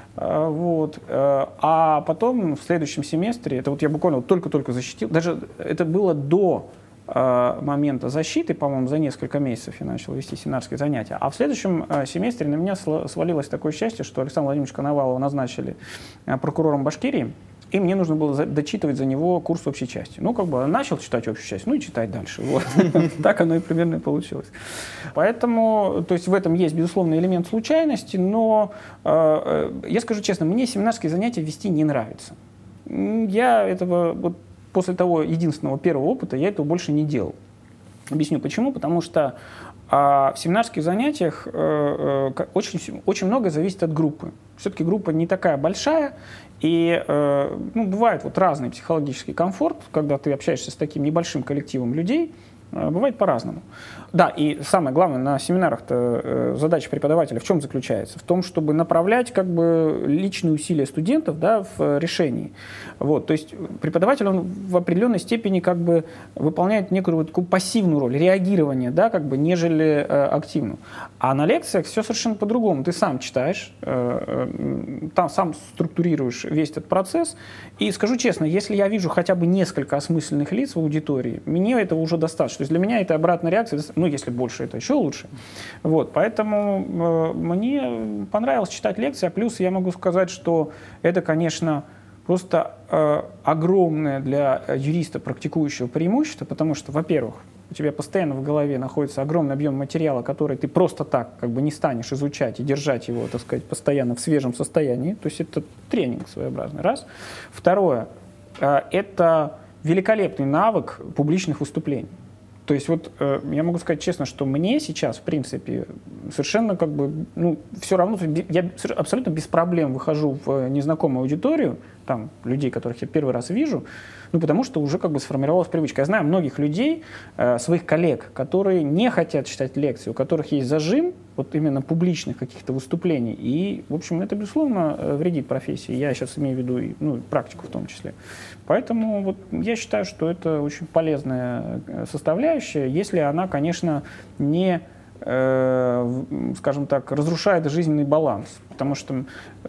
а потом в следующем семестре, это я буквально только-только защитил, даже это было до момента защиты, по-моему, за несколько месяцев я начал вести семинарские занятия. А в следующем семестре на меня свалилось такое счастье, что Александра Владимировича Коновалова назначили прокурором Башкирии, и мне нужно было дочитывать за него курс общей части. Начал читать общую часть, и читать дальше. Так оно и примерно получилось. Поэтому, то есть в этом есть, безусловно, элемент случайности, но я скажу честно, мне семинарские занятия вести не нравится. Я этого после того единственного первого опыта я этого больше не делал. Объясню почему. Потому что в семинарских занятиях очень многое зависит от группы. Все-таки группа не такая большая, и бывает разный психологический комфорт, когда ты общаешься с таким небольшим коллективом людей, бывает по-разному. Да, и самое главное, на семинарах-то задача преподавателя в чем заключается? В том, чтобы направлять личные усилия студентов в решении. То есть преподаватель, он в определенной степени выполняет некую такую пассивную роль, реагирование, нежели активную. А на лекциях все совершенно по-другому. Ты сам читаешь, сам структурируешь весь этот процесс. И скажу честно, если я вижу хотя бы несколько осмысленных лиц в аудитории, мне этого уже достаточно. То есть для меня это обратная реакция, если больше, это еще лучше. Поэтому мне понравилось читать лекции, а плюс я могу сказать, что это, конечно, просто огромное для юриста практикующего преимущество, потому что, во-первых, у тебя постоянно в голове находится огромный объем материала, который ты просто так не станешь изучать и держать его, так сказать, постоянно в свежем состоянии. То есть это тренинг своеобразный. Раз. Второе, это великолепный навык публичных выступлений. То есть я могу сказать честно, что мне сейчас, в принципе, совершенно все равно, я абсолютно без проблем выхожу в незнакомую аудиторию, там, людей, которых я первый раз вижу, потому что уже сформировалась привычка. Я знаю многих людей, своих коллег, которые не хотят читать лекции, у которых есть зажим именно публичных каких-то выступлений, и, в общем, это, безусловно, вредит профессии. Я сейчас имею в виду и практику в том числе. Поэтому я считаю, что это очень полезная составляющая, если она, конечно, не, скажем так, разрушает жизненный баланс. Потому что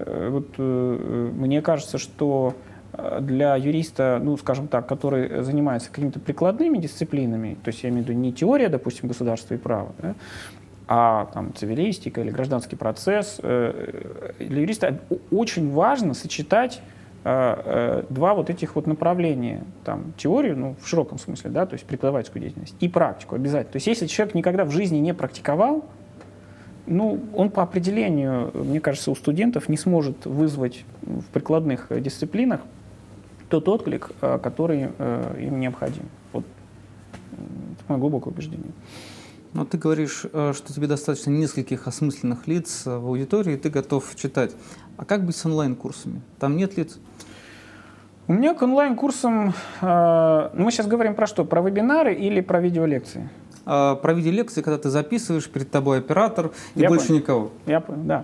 мне кажется, что для юриста, скажем так, который занимается какими-то прикладными дисциплинами, то есть я имею в виду не теория, допустим, государства и права, а цивилистика или гражданский процесс, для юриста очень важно сочетать два этих направления, теорию, в широком смысле, то есть преподавательскую деятельность, и практику обязательно. То есть если человек никогда в жизни не практиковал, он по определению, мне кажется, у студентов не сможет вызвать в прикладных дисциплинах тот отклик, который им необходим. Это мое глубокое убеждение. Но ты говоришь, что тебе достаточно нескольких осмысленных лиц в аудитории, и ты готов читать. А как быть с онлайн-курсами? Там нет лиц? У меня к онлайн-курсам... мы сейчас говорим про что? Про вебинары или про видеолекции? Про видеолекции, когда ты записываешь, перед тобой оператор и больше никого. Я понял, да.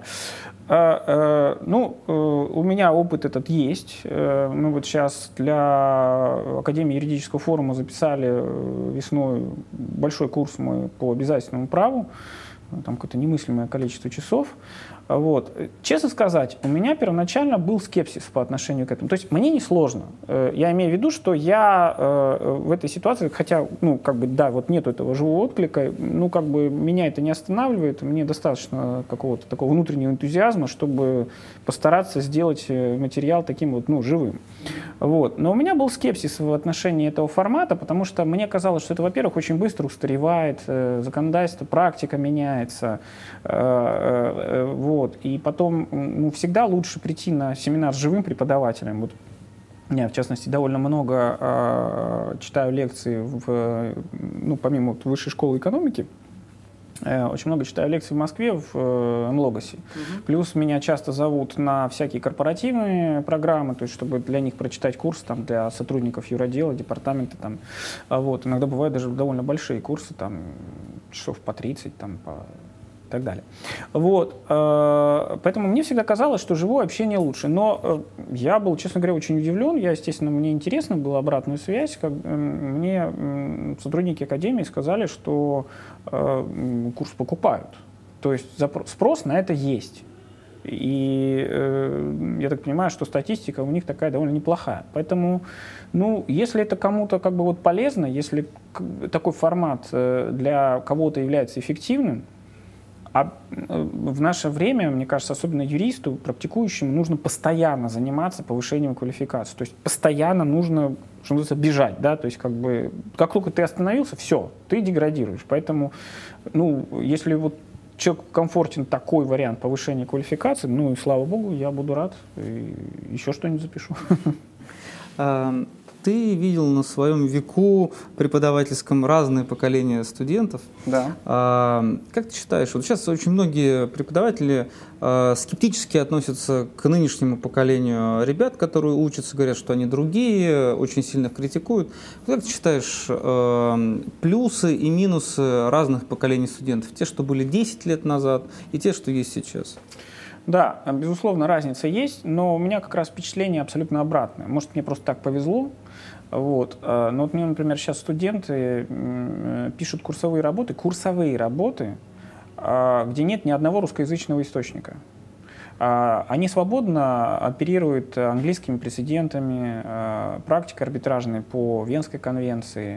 У меня опыт этот есть. Мы сейчас для Академии юридического форума записали весной большой курс по обязательному праву. там какое-то немыслимое количество часов. Вот. Честно сказать, у меня первоначально был скепсис по отношению к этому. То есть мне несложно. Я имею в виду, что я в этой ситуации, хотя, ну, как бы, да, вот нету этого живого отклика, ну, как бы меня это не останавливает, мне достаточно какого-то такого внутреннего энтузиазма, чтобы постараться сделать материал таким вот, ну, живым. Вот. Но у меня был скепсис в отношении этого формата, потому что мне казалось, что это, во-первых, очень быстро устаревает, законодательство, практика меняется, вот. И потом, ну, всегда лучше прийти на семинар с живым преподавателем. Вот я, в частности, довольно много читаю лекции, ну, помимо вот высшей школы экономики, очень много читаю лекций в Москве, в МЛОГОСе. Плюс меня часто зовут на всякие корпоративные программы, то есть чтобы для них прочитать курс там, для сотрудников юротдела, департамента. Там. Вот. Иногда бывают даже довольно большие курсы, там, часов по 30, там, и так далее. Вот. Поэтому мне всегда казалось, что живое общение лучше. Но я был, честно говоря, очень удивлен. Я, естественно, мне интересно была обратная связь. Мне сотрудники академии сказали, что курс покупают. То есть спрос на это есть. И я так понимаю, что статистика у них такая довольно неплохая. Поэтому, ну, если это кому-то как бы вот полезно, если такой формат для кого-то является эффективным, а в наше время, мне кажется, особенно юристу, практикующему, нужно постоянно заниматься повышением квалификации. То есть постоянно нужно, что называется, бежать, да, то есть как бы, как только ты остановился, все, ты деградируешь. Поэтому, ну, если вот человеку комфортен такой вариант повышения квалификации, ну, и слава богу, я буду рад, и еще что-нибудь запишу. Ты видел на своем веку преподавательском разные поколения студентов. Да. Как ты считаешь, вот сейчас очень многие преподаватели скептически относятся к нынешнему поколению ребят, которые учатся, говорят, что они другие, очень сильно критикуют. Как ты считаешь, плюсы и минусы разных поколений студентов? Те, что были 10 лет назад, и те, что есть сейчас? Да, безусловно, разница есть, но у меня как раз впечатление абсолютно обратное. Может, мне просто так повезло. Вот. Но вот мне, например, сейчас студенты пишут курсовые работы, где нет ни одного русскоязычного источника. Они свободно оперируют английскими прецедентами, практикой арбитражной по Венской конвенции.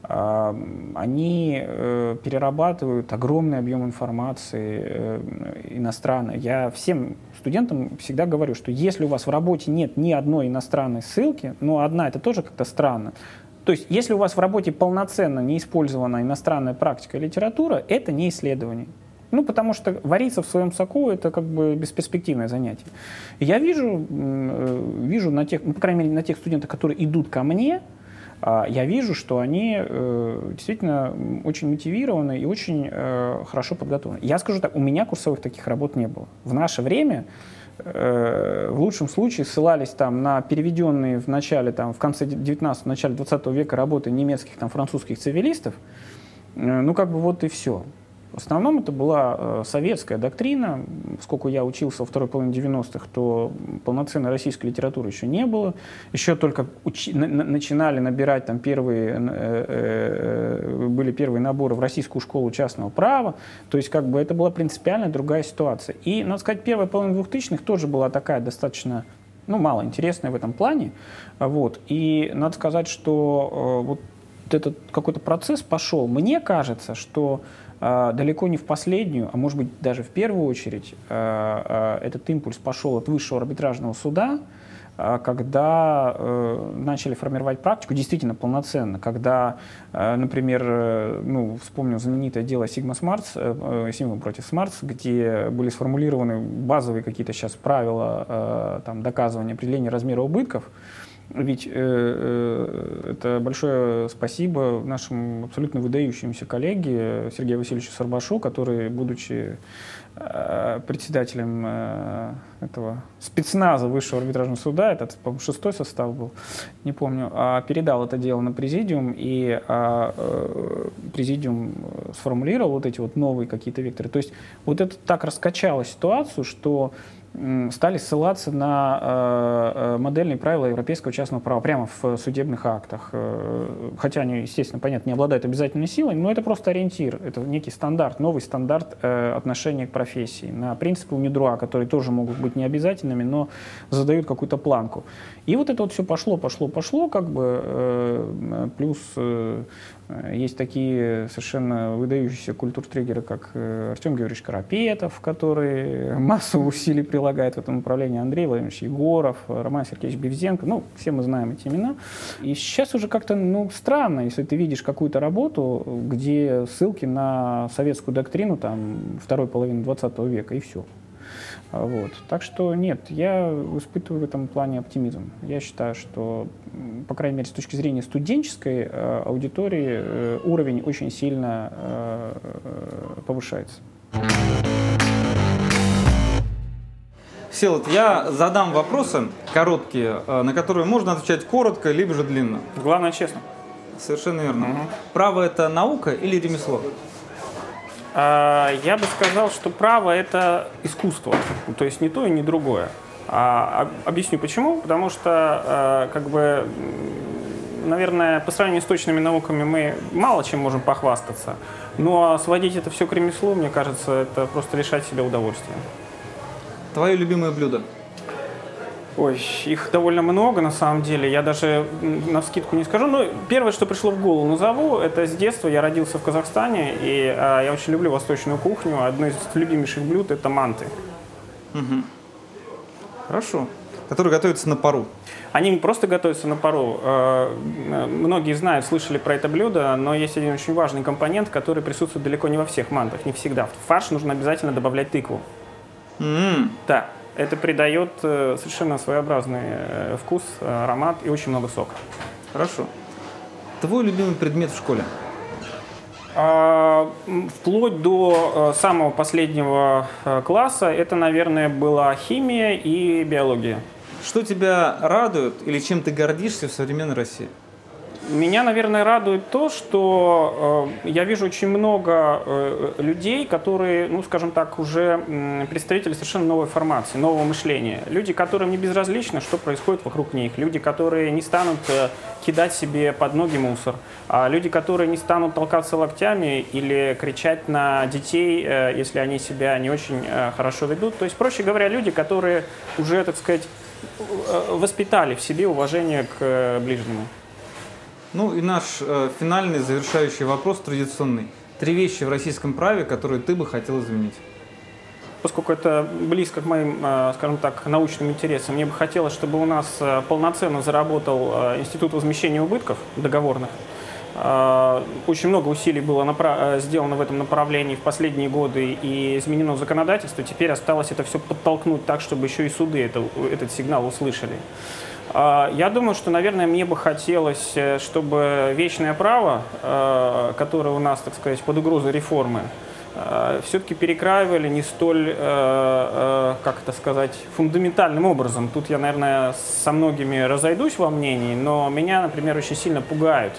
Они перерабатывают огромный объем информации иностранной. Я всем студентам всегда говорю, что если у вас в работе нет ни одной иностранной ссылки, ну, одна — это тоже как-то странно. То есть, если у вас в работе полноценно не использована иностранная практика и литература, это не исследование. Ну, потому что вариться в своем соку — это как бы бесперспективное занятие. И я вижу на тех, ну, по крайней мере, на тех студентах, которые идут ко мне, я вижу, что они действительно очень мотивированы и очень хорошо подготовлены. Я скажу так, у меня курсовых таких работ не было. В наше время в лучшем случае ссылались там на переведенные в начале, там, в конце 19-го, начале 20 века работы немецких, там, французских цивилистов. Ну, как бы вот и все. В основном это была советская доктрина. Сколько я учился во второй половине 90-х, то полноценной российской литературы еще не было. Еще только начинали набирать, там, были первые наборы в российскую школу частного права. То есть как бы это была принципиально другая ситуация. И, надо сказать, первая половина 2000-х тоже была такая достаточно, ну, мало интересная в этом плане. Вот. И надо сказать, что вот этот какой-то процесс пошел. Мне кажется, что далеко не в последнюю, а может быть даже в первую очередь, этот импульс пошел от Высшего арбитражного суда, когда начали формировать практику действительно полноценно, когда, например, ну, вспомню знаменитое дело Sigma против Смартс, где были сформулированы базовые какие-то сейчас правила там, доказывания определения размера убытков. Ведь это большое спасибо нашему абсолютно выдающемуся коллеге Сергею Васильевичу Сарбашу, который, будучи председателем этого спецназа Высшего арбитражного суда, это, по-моему, 6-й состав был, не помню, передал это дело на президиум, и президиум сформулировал вот эти вот новые какие-то векторы. То есть вот это так раскачало ситуацию, что стали ссылаться на модельные правила европейского частного права прямо в судебных актах. Хотя они, естественно, понятно, не обладают обязательной силой, но это просто ориентир, это некий стандарт, новый стандарт отношения к профессии. На принципы УНИДРОА, которые тоже могут быть необязательными, но задают какую-то планку. И вот это вот все пошло, как бы, плюс есть такие совершенно выдающиеся культуртрегеры, как Артем Георгиевич Карапетов, который массу усилий прилагает в этом направлении, Андрей Владимирович Егоров, Роман Сергеевич Бевзенко, ну, все мы знаем эти имена. И сейчас уже как-то, ну, странно, если ты видишь какую-то работу, где ссылки на советскую доктрину, там, второй половины 20 века, и все. Вот. Так что нет, я испытываю в этом плане оптимизм. Я считаю, что, по крайней мере, с точки зрения студенческой аудитории уровень очень сильно повышается. Всеволод, я задам вопросы короткие, на которые можно отвечать коротко, либо же длинно. Главное, честно. Совершенно верно. Право – это наука или ремесло? Я бы сказал, что право – это искусство, то есть не то и не другое. Объясню почему. Потому что, как бы, наверное, по сравнению с точными науками мы мало чем можем похвастаться. Но сводить это все к ремеслу, мне кажется, это просто лишать себя удовольствия. Твое любимое блюдо? Ой, их довольно много, на самом деле. Я даже навскидку не скажу. Но первое, что пришло в голову, назову, это с детства. Я родился в Казахстане, и я очень люблю восточную кухню. Одно из любимейших блюд – это манты. Угу. Хорошо. Которые готовятся на пару. Они не просто готовятся на пару. Многие знают, слышали про это блюдо, но есть один очень важный компонент, который присутствует далеко не во всех мантах, не всегда. В фарш нужно обязательно добавлять тыкву. Да. Это придает совершенно своеобразный вкус, аромат и очень много сока. Хорошо. Твой любимый предмет в школе? Вплоть до самого последнего класса это, наверное, была химия и биология. Что тебя радует или чем ты гордишься в современной России? Меня, наверное, радует то, что я вижу очень много людей, которые, ну, скажем так, уже представители совершенно новой формации, нового мышления. Люди, которым не безразлично, что происходит вокруг них. Люди, которые не станут кидать себе под ноги мусор. Люди, которые не станут толкаться локтями или кричать на детей, если они себя не очень хорошо ведут. То есть, проще говоря, люди, которые уже, так сказать, воспитали в себе уважение к ближнему. Ну и наш финальный, завершающий вопрос традиционный. 3 вещи в российском праве, которые ты бы хотел изменить. Поскольку это близко к моим, скажем так, научным интересам, мне бы хотелось, чтобы у нас полноценно заработал институт возмещения убытков договорных. Очень много усилий было сделано в этом направлении в последние годы и изменено законодательство. Теперь осталось это все подтолкнуть так, чтобы еще и суды этот сигнал услышали. Я думаю, что, наверное, мне бы хотелось, чтобы вечное право, которое у нас, так сказать, под угрозой реформы, все-таки перекраивали не столь, как это сказать, фундаментальным образом. Тут я, наверное, со многими разойдусь во мнении, но меня, например, очень сильно пугают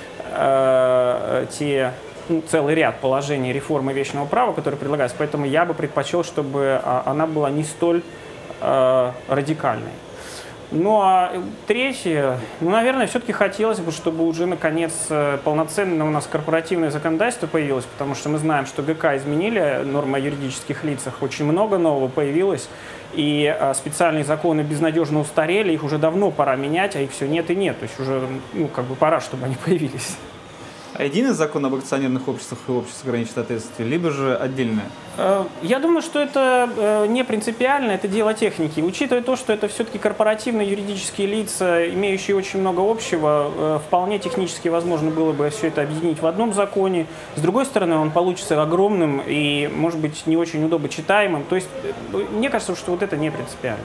целый ряд положений реформы вечного права, которые предлагаются. Поэтому я бы предпочел, чтобы она была не столь радикальной. Ну а третье, наверное, все-таки хотелось бы, чтобы уже наконец полноценное у нас корпоративное законодательство появилось, потому что мы знаем, что ГК изменили, нормы о юридических лицах, очень много нового появилось, и специальные законы безнадежно устарели, их уже давно пора менять, а их все нет и нет, то есть уже, пора, чтобы они появились. А единый закон об акционерных обществах и обществах ограниченной ответственности, либо же отдельное? Я думаю, что это не принципиально, это дело техники. Учитывая то, что это все-таки корпоративные юридические лица, имеющие очень много общего, вполне технически возможно было бы все это объединить в одном законе. С другой стороны, он получится огромным и, может быть, не очень удобно читаемым. То есть, мне кажется, что вот это не принципиально.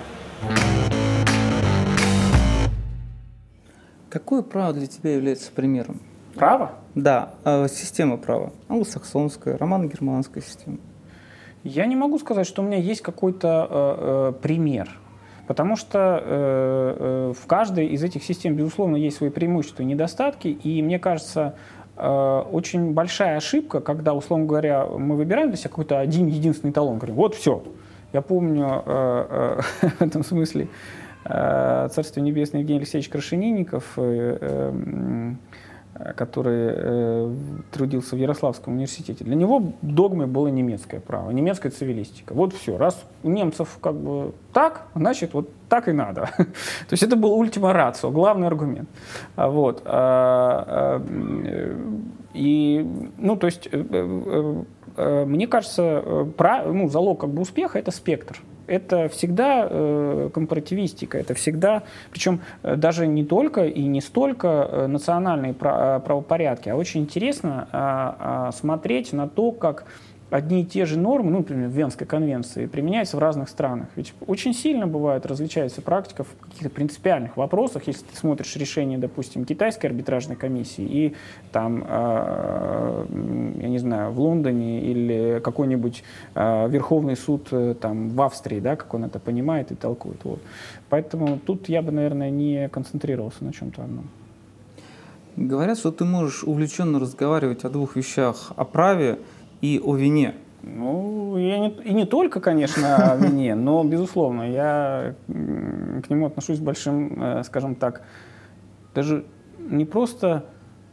Какое право для тебя является примером? Право? Да, система права. Англосаксонская, романо-германская система. Я не могу сказать, что у меня есть какой-то пример. Потому что в каждой из этих систем, безусловно, есть свои преимущества и недостатки. И мне кажется, очень большая ошибка, когда, условно говоря, мы выбираем для себя какой-то один единственный эталон. Говорим, вот все. Я помню в этом смысле Царствие Небесное Евгений Алексеевич Крашенинников, который трудился в Ярославском университете. Для него догмой было немецкое право, немецкая цивилистика. Вот все. Раз у немцев как бы так, значит, вот так и надо. То есть это был ультима рацио, главный аргумент. Вот. И, ну, то есть, мне кажется, залог как бы успеха — это спектр. Это всегда компаративистика, это всегда, причем даже не только и не столько национальные правопорядки, а очень интересно смотреть на то, как одни и те же нормы, ну, например, в Венской конвенции, применяются в разных странах. Ведь очень сильно бывает различается практика в каких-то принципиальных вопросах, если ты смотришь решение, допустим, китайской арбитражной комиссии и там, я не знаю, в Лондоне или какой-нибудь Верховный суд там в Австрии, да, как он это понимает и толкует. Вот. Поэтому тут я бы, наверное, не концентрировался на чем-то одном. Говорят, что ты можешь увлеченно разговаривать о двух вещах: о праве и о вине. Ну, и не только, конечно, о вине, но, безусловно, я к нему отношусь с большим, скажем так, даже не просто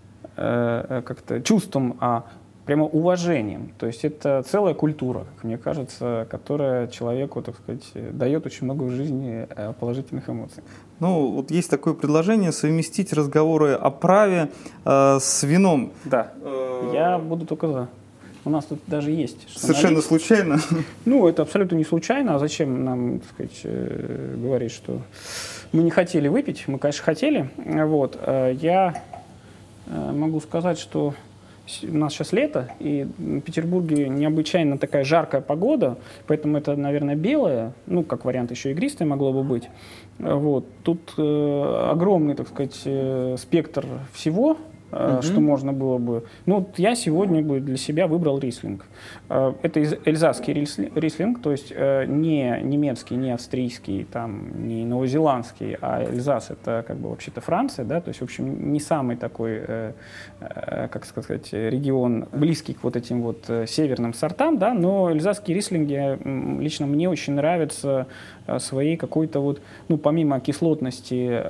как-то чувством, а прямо уважением. То есть это целая культура, как мне кажется, которая человеку, так сказать, дает очень много в жизни положительных эмоций. Ну, вот есть такое предложение совместить разговоры о праве с вином. Да, я буду только за. У нас тут даже есть. Совершенно случайно? Ну, это абсолютно не случайно. А зачем нам, так сказать, говорить, что мы не хотели выпить? Мы, конечно, хотели. Вот. Я могу сказать, что у нас сейчас лето, и в Петербурге необычайно такая жаркая погода, поэтому это, наверное, белое, ну, как вариант еще игристое могло бы быть. Вот. Тут огромный, так сказать, спектр всего, что можно было бы. Ну, вот я сегодня бы для себя выбрал рислинг. Это эльзасский рислинг, то есть не немецкий, не австрийский, там, не новозеландский, а Эльзас — это как бы вообще-то Франция, да, то есть, в общем, не самый такой, как сказать, регион, близкий к вот этим вот северным сортам, да, но эльзасские рислинги лично мне очень нравятся своей какой-то вот, ну, помимо кислотности,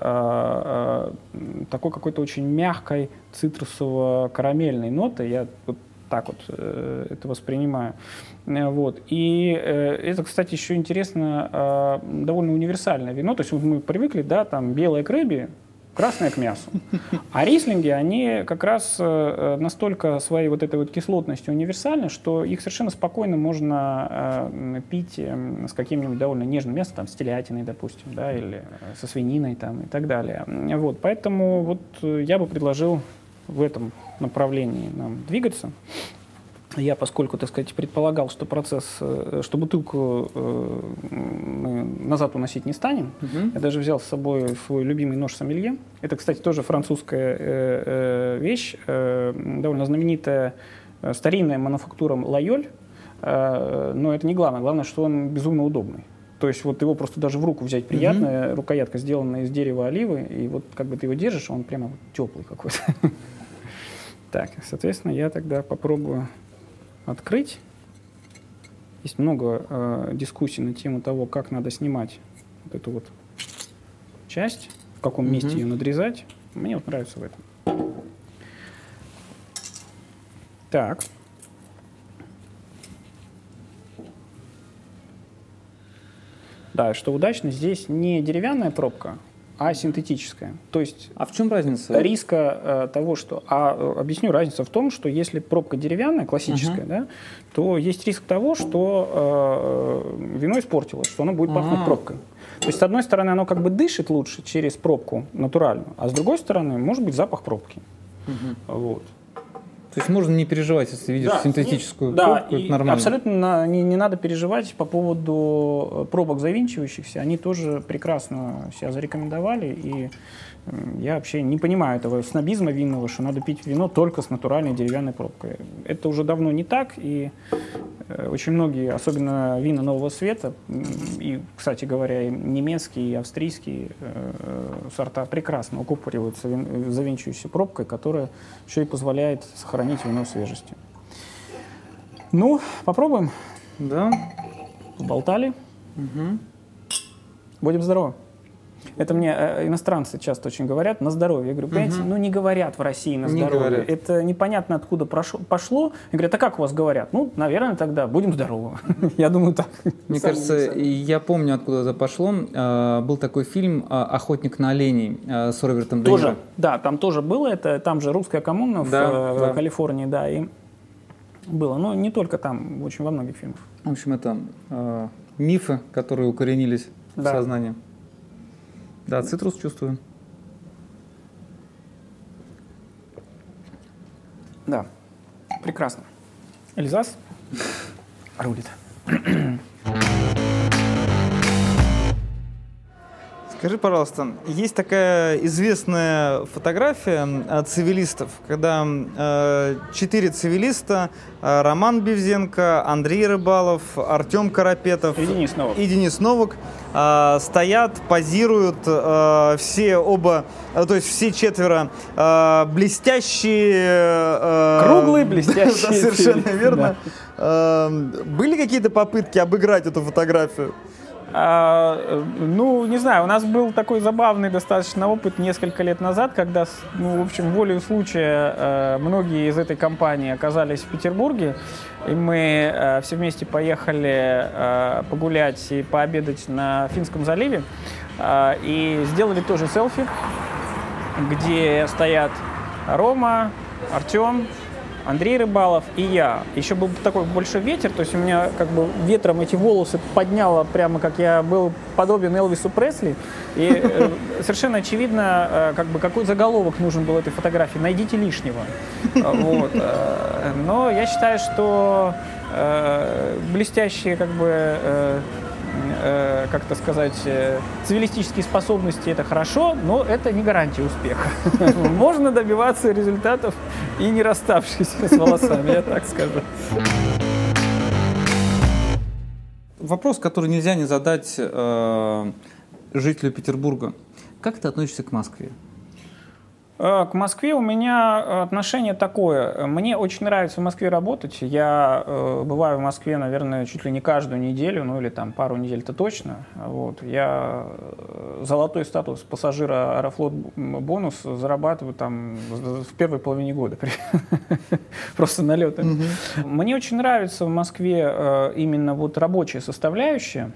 такой какой-то очень мягкой цитрусово-карамельной ноты. Я вот так вот это воспринимаю. Вот. И это, кстати, еще интересно, довольно универсальное вино. То есть вот мы привыкли, да, там белое к рыбе, красное к мясу. А рислинги, они как раз настолько своей вот этой вот кислотностью универсальны, что их совершенно спокойно можно пить с каким-нибудь довольно нежным мясом, там, с телятиной, допустим, да, или со свининой там, и так далее. Вот. Поэтому вот я бы предложил в этом направлении нам двигаться. Я, поскольку, так сказать, предполагал, что что бутылку мы назад уносить не станем, я даже взял с собой свой любимый нож сомелье. Это, кстати, тоже французская вещь, довольно знаменитая старинная мануфактура Лайоль, но это не главное. Главное, что он безумно удобный. То есть вот его просто даже в руку взять приятно, рукоятка сделана из дерева оливы, и вот как бы ты его держишь, он прямо теплый какой-то. Так, соответственно, я тогда попробую открыть. Есть много дискуссий на тему того, как надо снимать вот эту вот часть, в каком месте ее надрезать. Мне вот нравится в этом. Так. Да, что удачно, здесь не деревянная пробка, а синтетическая. То есть в чем разница? Риска того, что... объясню, разница в том, что если пробка деревянная, классическая, да, то есть риск того, что вино испортилось, что оно будет пахнуть пробкой. То есть, с одной стороны, оно как бы дышит лучше через пробку натуральную, а с другой стороны, может быть запах пробки. Вот. То есть можно не переживать, если видишь синтетическую пробку, это нормально? Абсолютно не надо переживать по поводу пробок завинчивающихся. Они тоже прекрасно себя зарекомендовали. И я вообще не понимаю этого снобизма винного, что надо пить вино только с натуральной деревянной пробкой. Это уже давно не так. И очень многие, особенно вина нового света, и, кстати говоря, и немецкие, и австрийские сорта прекрасно укупориваются завинчивающейся пробкой, которая еще и позволяет сохранить вино в свежести. Ну, попробуем? Да. поболтали. Будем здоровы. Это мне иностранцы часто очень говорят на здоровье. Я говорю, понимаете, ну не говорят в России на здоровье. Это непонятно откуда пошло. И говорят, а как у вас говорят? Ну, наверное, тогда будем здоровы. Я думаю, так. Мне кажется, я помню, откуда это пошло. Был такой фильм «Охотник на оленей» с Робертом Де Ниро. Тоже, да, там тоже было. Это там же русская коммуна в Калифорнии, да, и было. Но не только там, очень во многих фильмах. В общем, это мифы, которые укоренились в сознании. Да, цитрус чувствую. Да, прекрасно. Эльзас рулит. Скажи, пожалуйста, есть такая известная фотография цивилистов, когда 4 цивилиста, Роман Бевзенко, Андрей Рыбалов, Артем Карапетов и Денис Новак, стоят, позируют, все 4 блестящие... Круглые, блестящие. Совершенно верно. Были какие-то попытки обыграть эту фотографию? Ну, не знаю, у нас был такой забавный достаточно опыт несколько лет назад, когда, ну, в общем, волею случая многие из этой компании оказались в Петербурге, и мы все вместе поехали погулять и пообедать на Финском заливе, и сделали тоже селфи, где стоят Рома, Артем, Андрей Рыбалов и я. Еще был такой больше ветер, то есть у меня как бы ветром эти волосы подняло, прямо как я был подобен Элвису Пресли. И совершенно очевидно, как бы какой заголовок нужен был этой фотографии. «Найдите лишнего». Вот. Но я считаю, что блестящие, как бы, как-то сказать, цивилистические способности — это хорошо, но это не гарантия успеха. Можно добиваться результатов и не расставшись с волосами, я так скажу. Вопрос, который нельзя не задать жителю Петербурга. Как ты относишься к Москве? К Москве у меня отношение такое. Мне очень нравится в Москве работать. Я бываю в Москве, наверное, чуть ли не каждую неделю, ну или там пару недель-то точно. Вот. Я золотой статус пассажира Аэрофлот бонус зарабатываю там в первой половине года. Просто налетами. Мне очень нравится в Москве именно вот рабочая составляющая.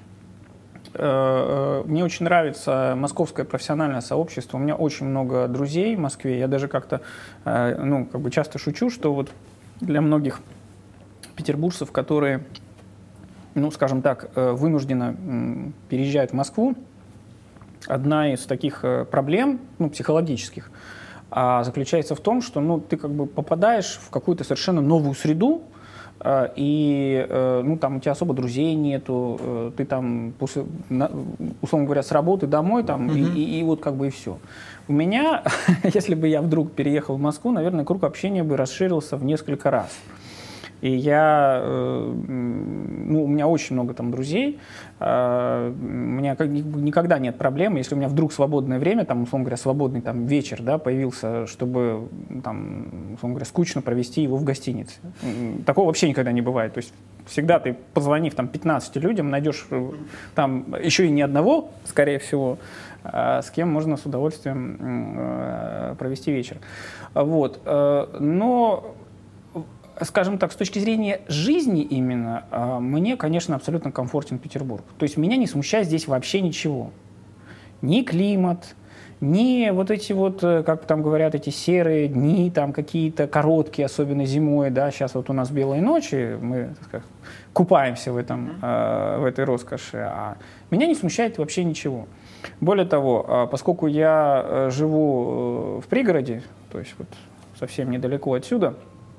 Мне очень нравится московское профессиональное сообщество. У меня очень много друзей в Москве. Я даже как-то, ну, как бы часто шучу, что вот для многих петербуржцев, которые, ну, скажем так, вынужденно переезжают в Москву, одна из таких проблем, ну, психологических, заключается в том, что, ну, ты как бы попадаешь в какую-то совершенно новую среду, и, ну, там у тебя особо друзей нету, ты там, после, условно говоря, с работы домой, там, и вот как бы и все. У меня, если бы я вдруг переехал в Москву, наверное, круг общения бы расширился в несколько раз. И я, ну, у меня очень много там друзей, у меня никогда нет проблем, если у меня вдруг свободное время, там, условно говоря, свободный там вечер, да, появился, чтобы, там, условно говоря, скучно провести его в гостинице. Такого вообще никогда не бывает. То есть всегда ты, позвонив там 15 людям, найдешь там еще и ни одного, скорее всего, с кем можно с удовольствием провести вечер. Вот. Но, скажем так, с точки зрения жизни именно, мне, конечно, абсолютно комфортен Петербург. То есть меня не смущает здесь вообще ничего. Ни климат, ни вот эти вот, как там говорят, эти серые дни, там какие-то короткие, особенно зимой, да, сейчас вот у нас белые ночи, мы, так сказать, купаемся в этой роскоши, а меня не смущает вообще ничего. Более того, поскольку я живу в пригороде, то есть вот совсем недалеко отсюда,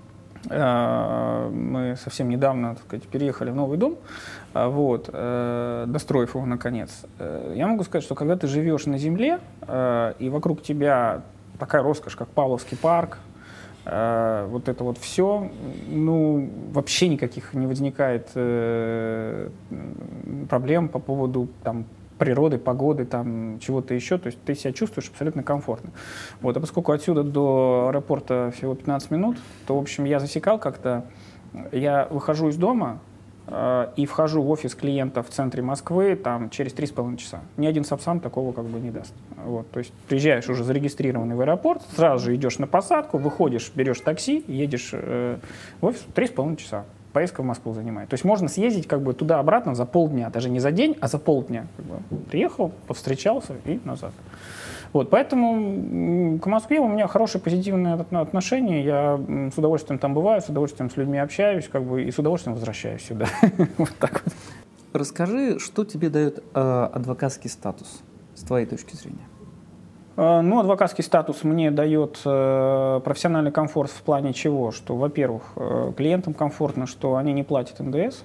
мы совсем недавно, так сказать, переехали в новый дом, вот, достроив его наконец. Я могу сказать, что когда ты живешь на земле, и вокруг тебя такая роскошь, как Павловский парк, вот это вот все, ну, вообще никаких не возникает проблем по поводу там природы, погоды, там, чего-то еще, то есть ты себя чувствуешь абсолютно комфортно. Вот. А поскольку отсюда до аэропорта всего 15 минут, то, в общем, я засекал как-то, я выхожу из дома, и вхожу в офис клиента в центре Москвы там, через 3,5 часа. Ни один Сапсан такого как бы не даст. Вот, то есть приезжаешь уже зарегистрированный в аэропорт, сразу же идешь на посадку, выходишь, берешь такси, едешь в офис 3,5 часа. Поездка в Москву занимает. То есть можно съездить как бы туда-обратно за полдня, даже не за день, а за полдня. Как бы приехал, повстречался и назад. Вот, поэтому к Москве у меня хорошее позитивное отношение. Я с удовольствием там бываю, с удовольствием с людьми общаюсь, как бы, и с удовольствием возвращаюсь сюда. Вот так вот. Расскажи, что тебе дает адвокатский статус с твоей точки зрения? Ну, адвокатский статус мне дает профессиональный комфорт в плане чего? Что, во-первых, клиентам комфортно, что они не платят НДС.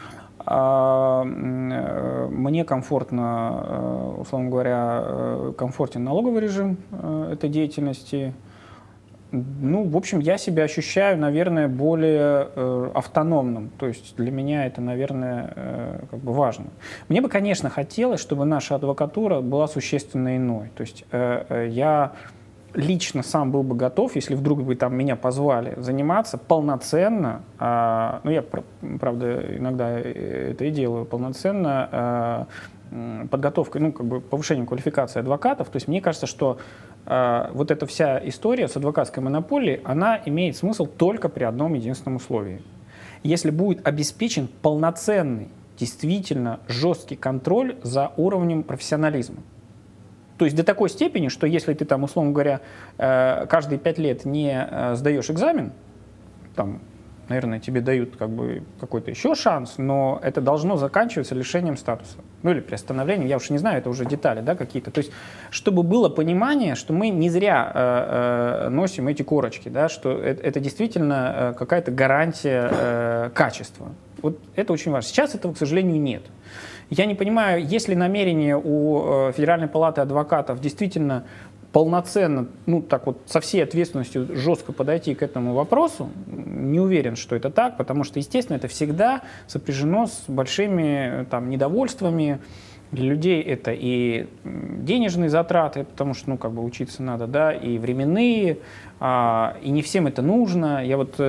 Мне комфортно, условно говоря, комфортен налоговый режим этой деятельности. Ну, в общем, я себя ощущаю, наверное, более автономным. То есть для меня это, наверное, как бы важно. Мне бы, конечно, хотелось, чтобы наша адвокатура была существенно иной. То есть я лично сам был бы готов, если вдруг бы там меня позвали, заниматься полноценно, ну, я, правда, иногда это и делаю, полноценно подготовкой, ну, как бы повышением квалификации адвокатов. То есть мне кажется, что вот эта вся история с адвокатской монополией, она имеет смысл только при одном единственном условии. Если будет обеспечен полноценный, действительно жесткий контроль за уровнем профессионализма. То есть до такой степени, что если ты там, условно говоря, каждые 5 лет не сдаешь экзамен, там, наверное, тебе дают как бы какой-то еще шанс, но это должно заканчиваться лишением статуса. Ну или приостановлением, я уж не знаю, это уже детали, да, какие-то. То есть чтобы было понимание, что мы не зря носим эти корочки, да, что это действительно какая-то гарантия качества. Вот это очень важно. Сейчас этого, к сожалению, нет. Я не понимаю, есть ли намерение у Федеральной палаты адвокатов действительно полноценно, ну так вот, со всей ответственностью жестко подойти к этому вопросу. Не уверен, что это так, потому что, естественно, это всегда сопряжено с большими там недовольствами. Для людей это и денежные затраты, потому что, ну, как бы учиться надо, да, и временные, и не всем это нужно. Я вот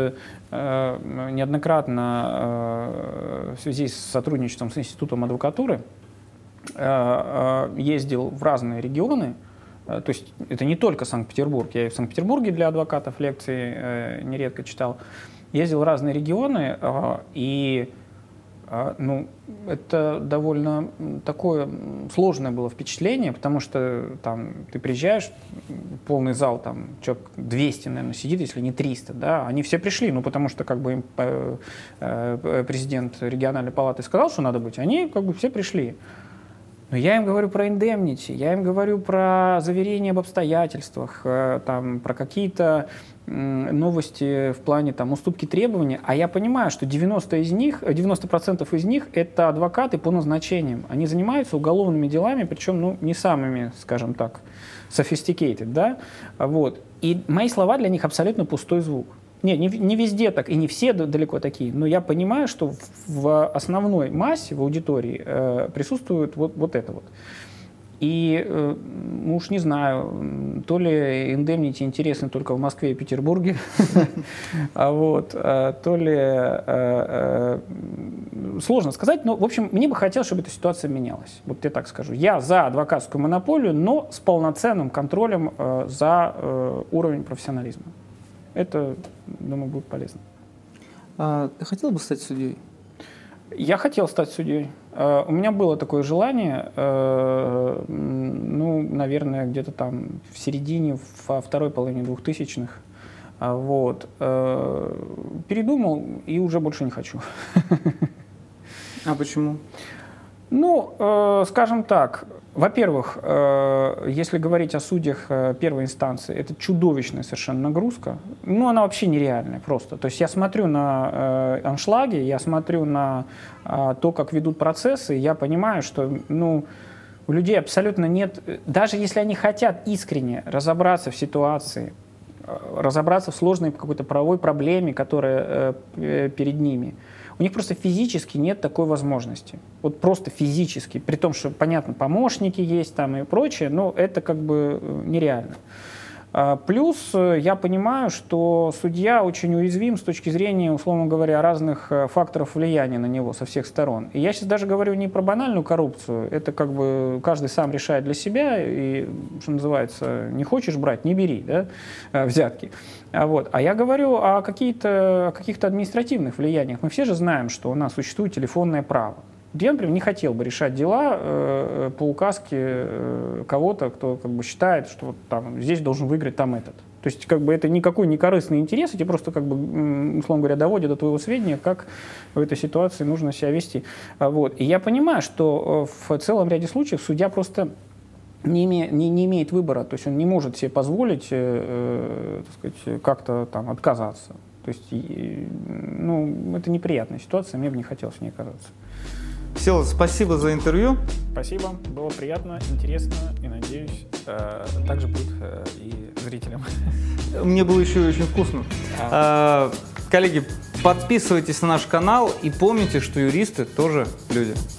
неоднократно в связи с сотрудничеством с Институтом адвокатуры ездил в разные регионы. То есть это не только Санкт-Петербург. Я и в Санкт-Петербурге для адвокатов лекции нередко читал. Ездил в разные регионы, и ну, это довольно такое сложное было впечатление, потому что там ты приезжаешь, полный зал, там человек 200, наверное, сидит, если не 300, да, они все пришли, ну, потому что как бы им президент региональной палаты сказал, что надо быть, они как бы все пришли. Но я им говорю про индемнити, я им говорю про заверение об обстоятельствах, там, про какие-то новости в плане там, уступки требований, а я понимаю, что 90% из них это адвокаты по назначениям. Они занимаются уголовными делами, причем ну, не самыми, скажем так, sophisticated, да? Вот. И мои слова для них абсолютно пустой звук. Нет, не везде так, и не все далеко такие, но я понимаю, что в основной массе, в аудитории присутствует вот это вот. И, ну уж не знаю, то ли индемнити интересны только в Москве и Петербурге, то ли сложно сказать, но, в общем, мне бы хотелось, чтобы эта ситуация менялась. Вот я так скажу. Я за адвокатскую монополию, но с полноценным контролем за уровень профессионализма. Это, думаю, будет полезно. Ты хотел бы стать судьей? Я хотел стать судьей. У меня было такое желание, ну, наверное, где-то там в середине, во второй половине 2000-х. Вот. Передумал и уже больше не хочу. А почему? Ну, скажем так, во-первых, если говорить о судьях первой инстанции, это чудовищная совершенно нагрузка. Ну, она вообще нереальная просто. То есть я смотрю на аншлаги, я смотрю на то, как ведут процессы, и я понимаю, что, ну, у людей абсолютно нет, даже если они хотят искренне разобраться в ситуации, разобраться в сложной какой-то правовой проблеме, которая перед ними, у них просто физически нет такой возможности. Вот просто физически. При том, что, понятно, помощники есть там и прочее, но это как бы нереально. Плюс я понимаю, что судья очень уязвим с точки зрения, условно говоря, разных факторов влияния на него со всех сторон. И я сейчас даже говорю не про банальную коррупцию, это как бы каждый сам решает для себя, и, что называется, не хочешь брать, не бери, да, взятки. Вот. А я говорю о каких-то административных влияниях. Мы все же знаем, что у нас существует телефонное право. Я, например, не хотел бы решать дела по указке кого-то, кто как бы считает, что вот там здесь должен выиграть там этот. То есть как бы это никакой не корыстный интерес, эти просто как бы, условно говоря, доводят до твоего сведения, как в этой ситуации нужно себя вести. Вот. И я понимаю, что в целом ряде случаев судья просто не имеет выбора, то есть он не может себе позволить, так сказать, как-то там отказаться. То есть, ну, это неприятная ситуация, мне бы не хотелось в ней оказаться. Всеволод, спасибо за интервью. Спасибо, было приятно, интересно и, надеюсь, также будет и зрителям. Мне было еще и очень вкусно. Коллеги, подписывайтесь на наш канал и помните, что юристы тоже люди.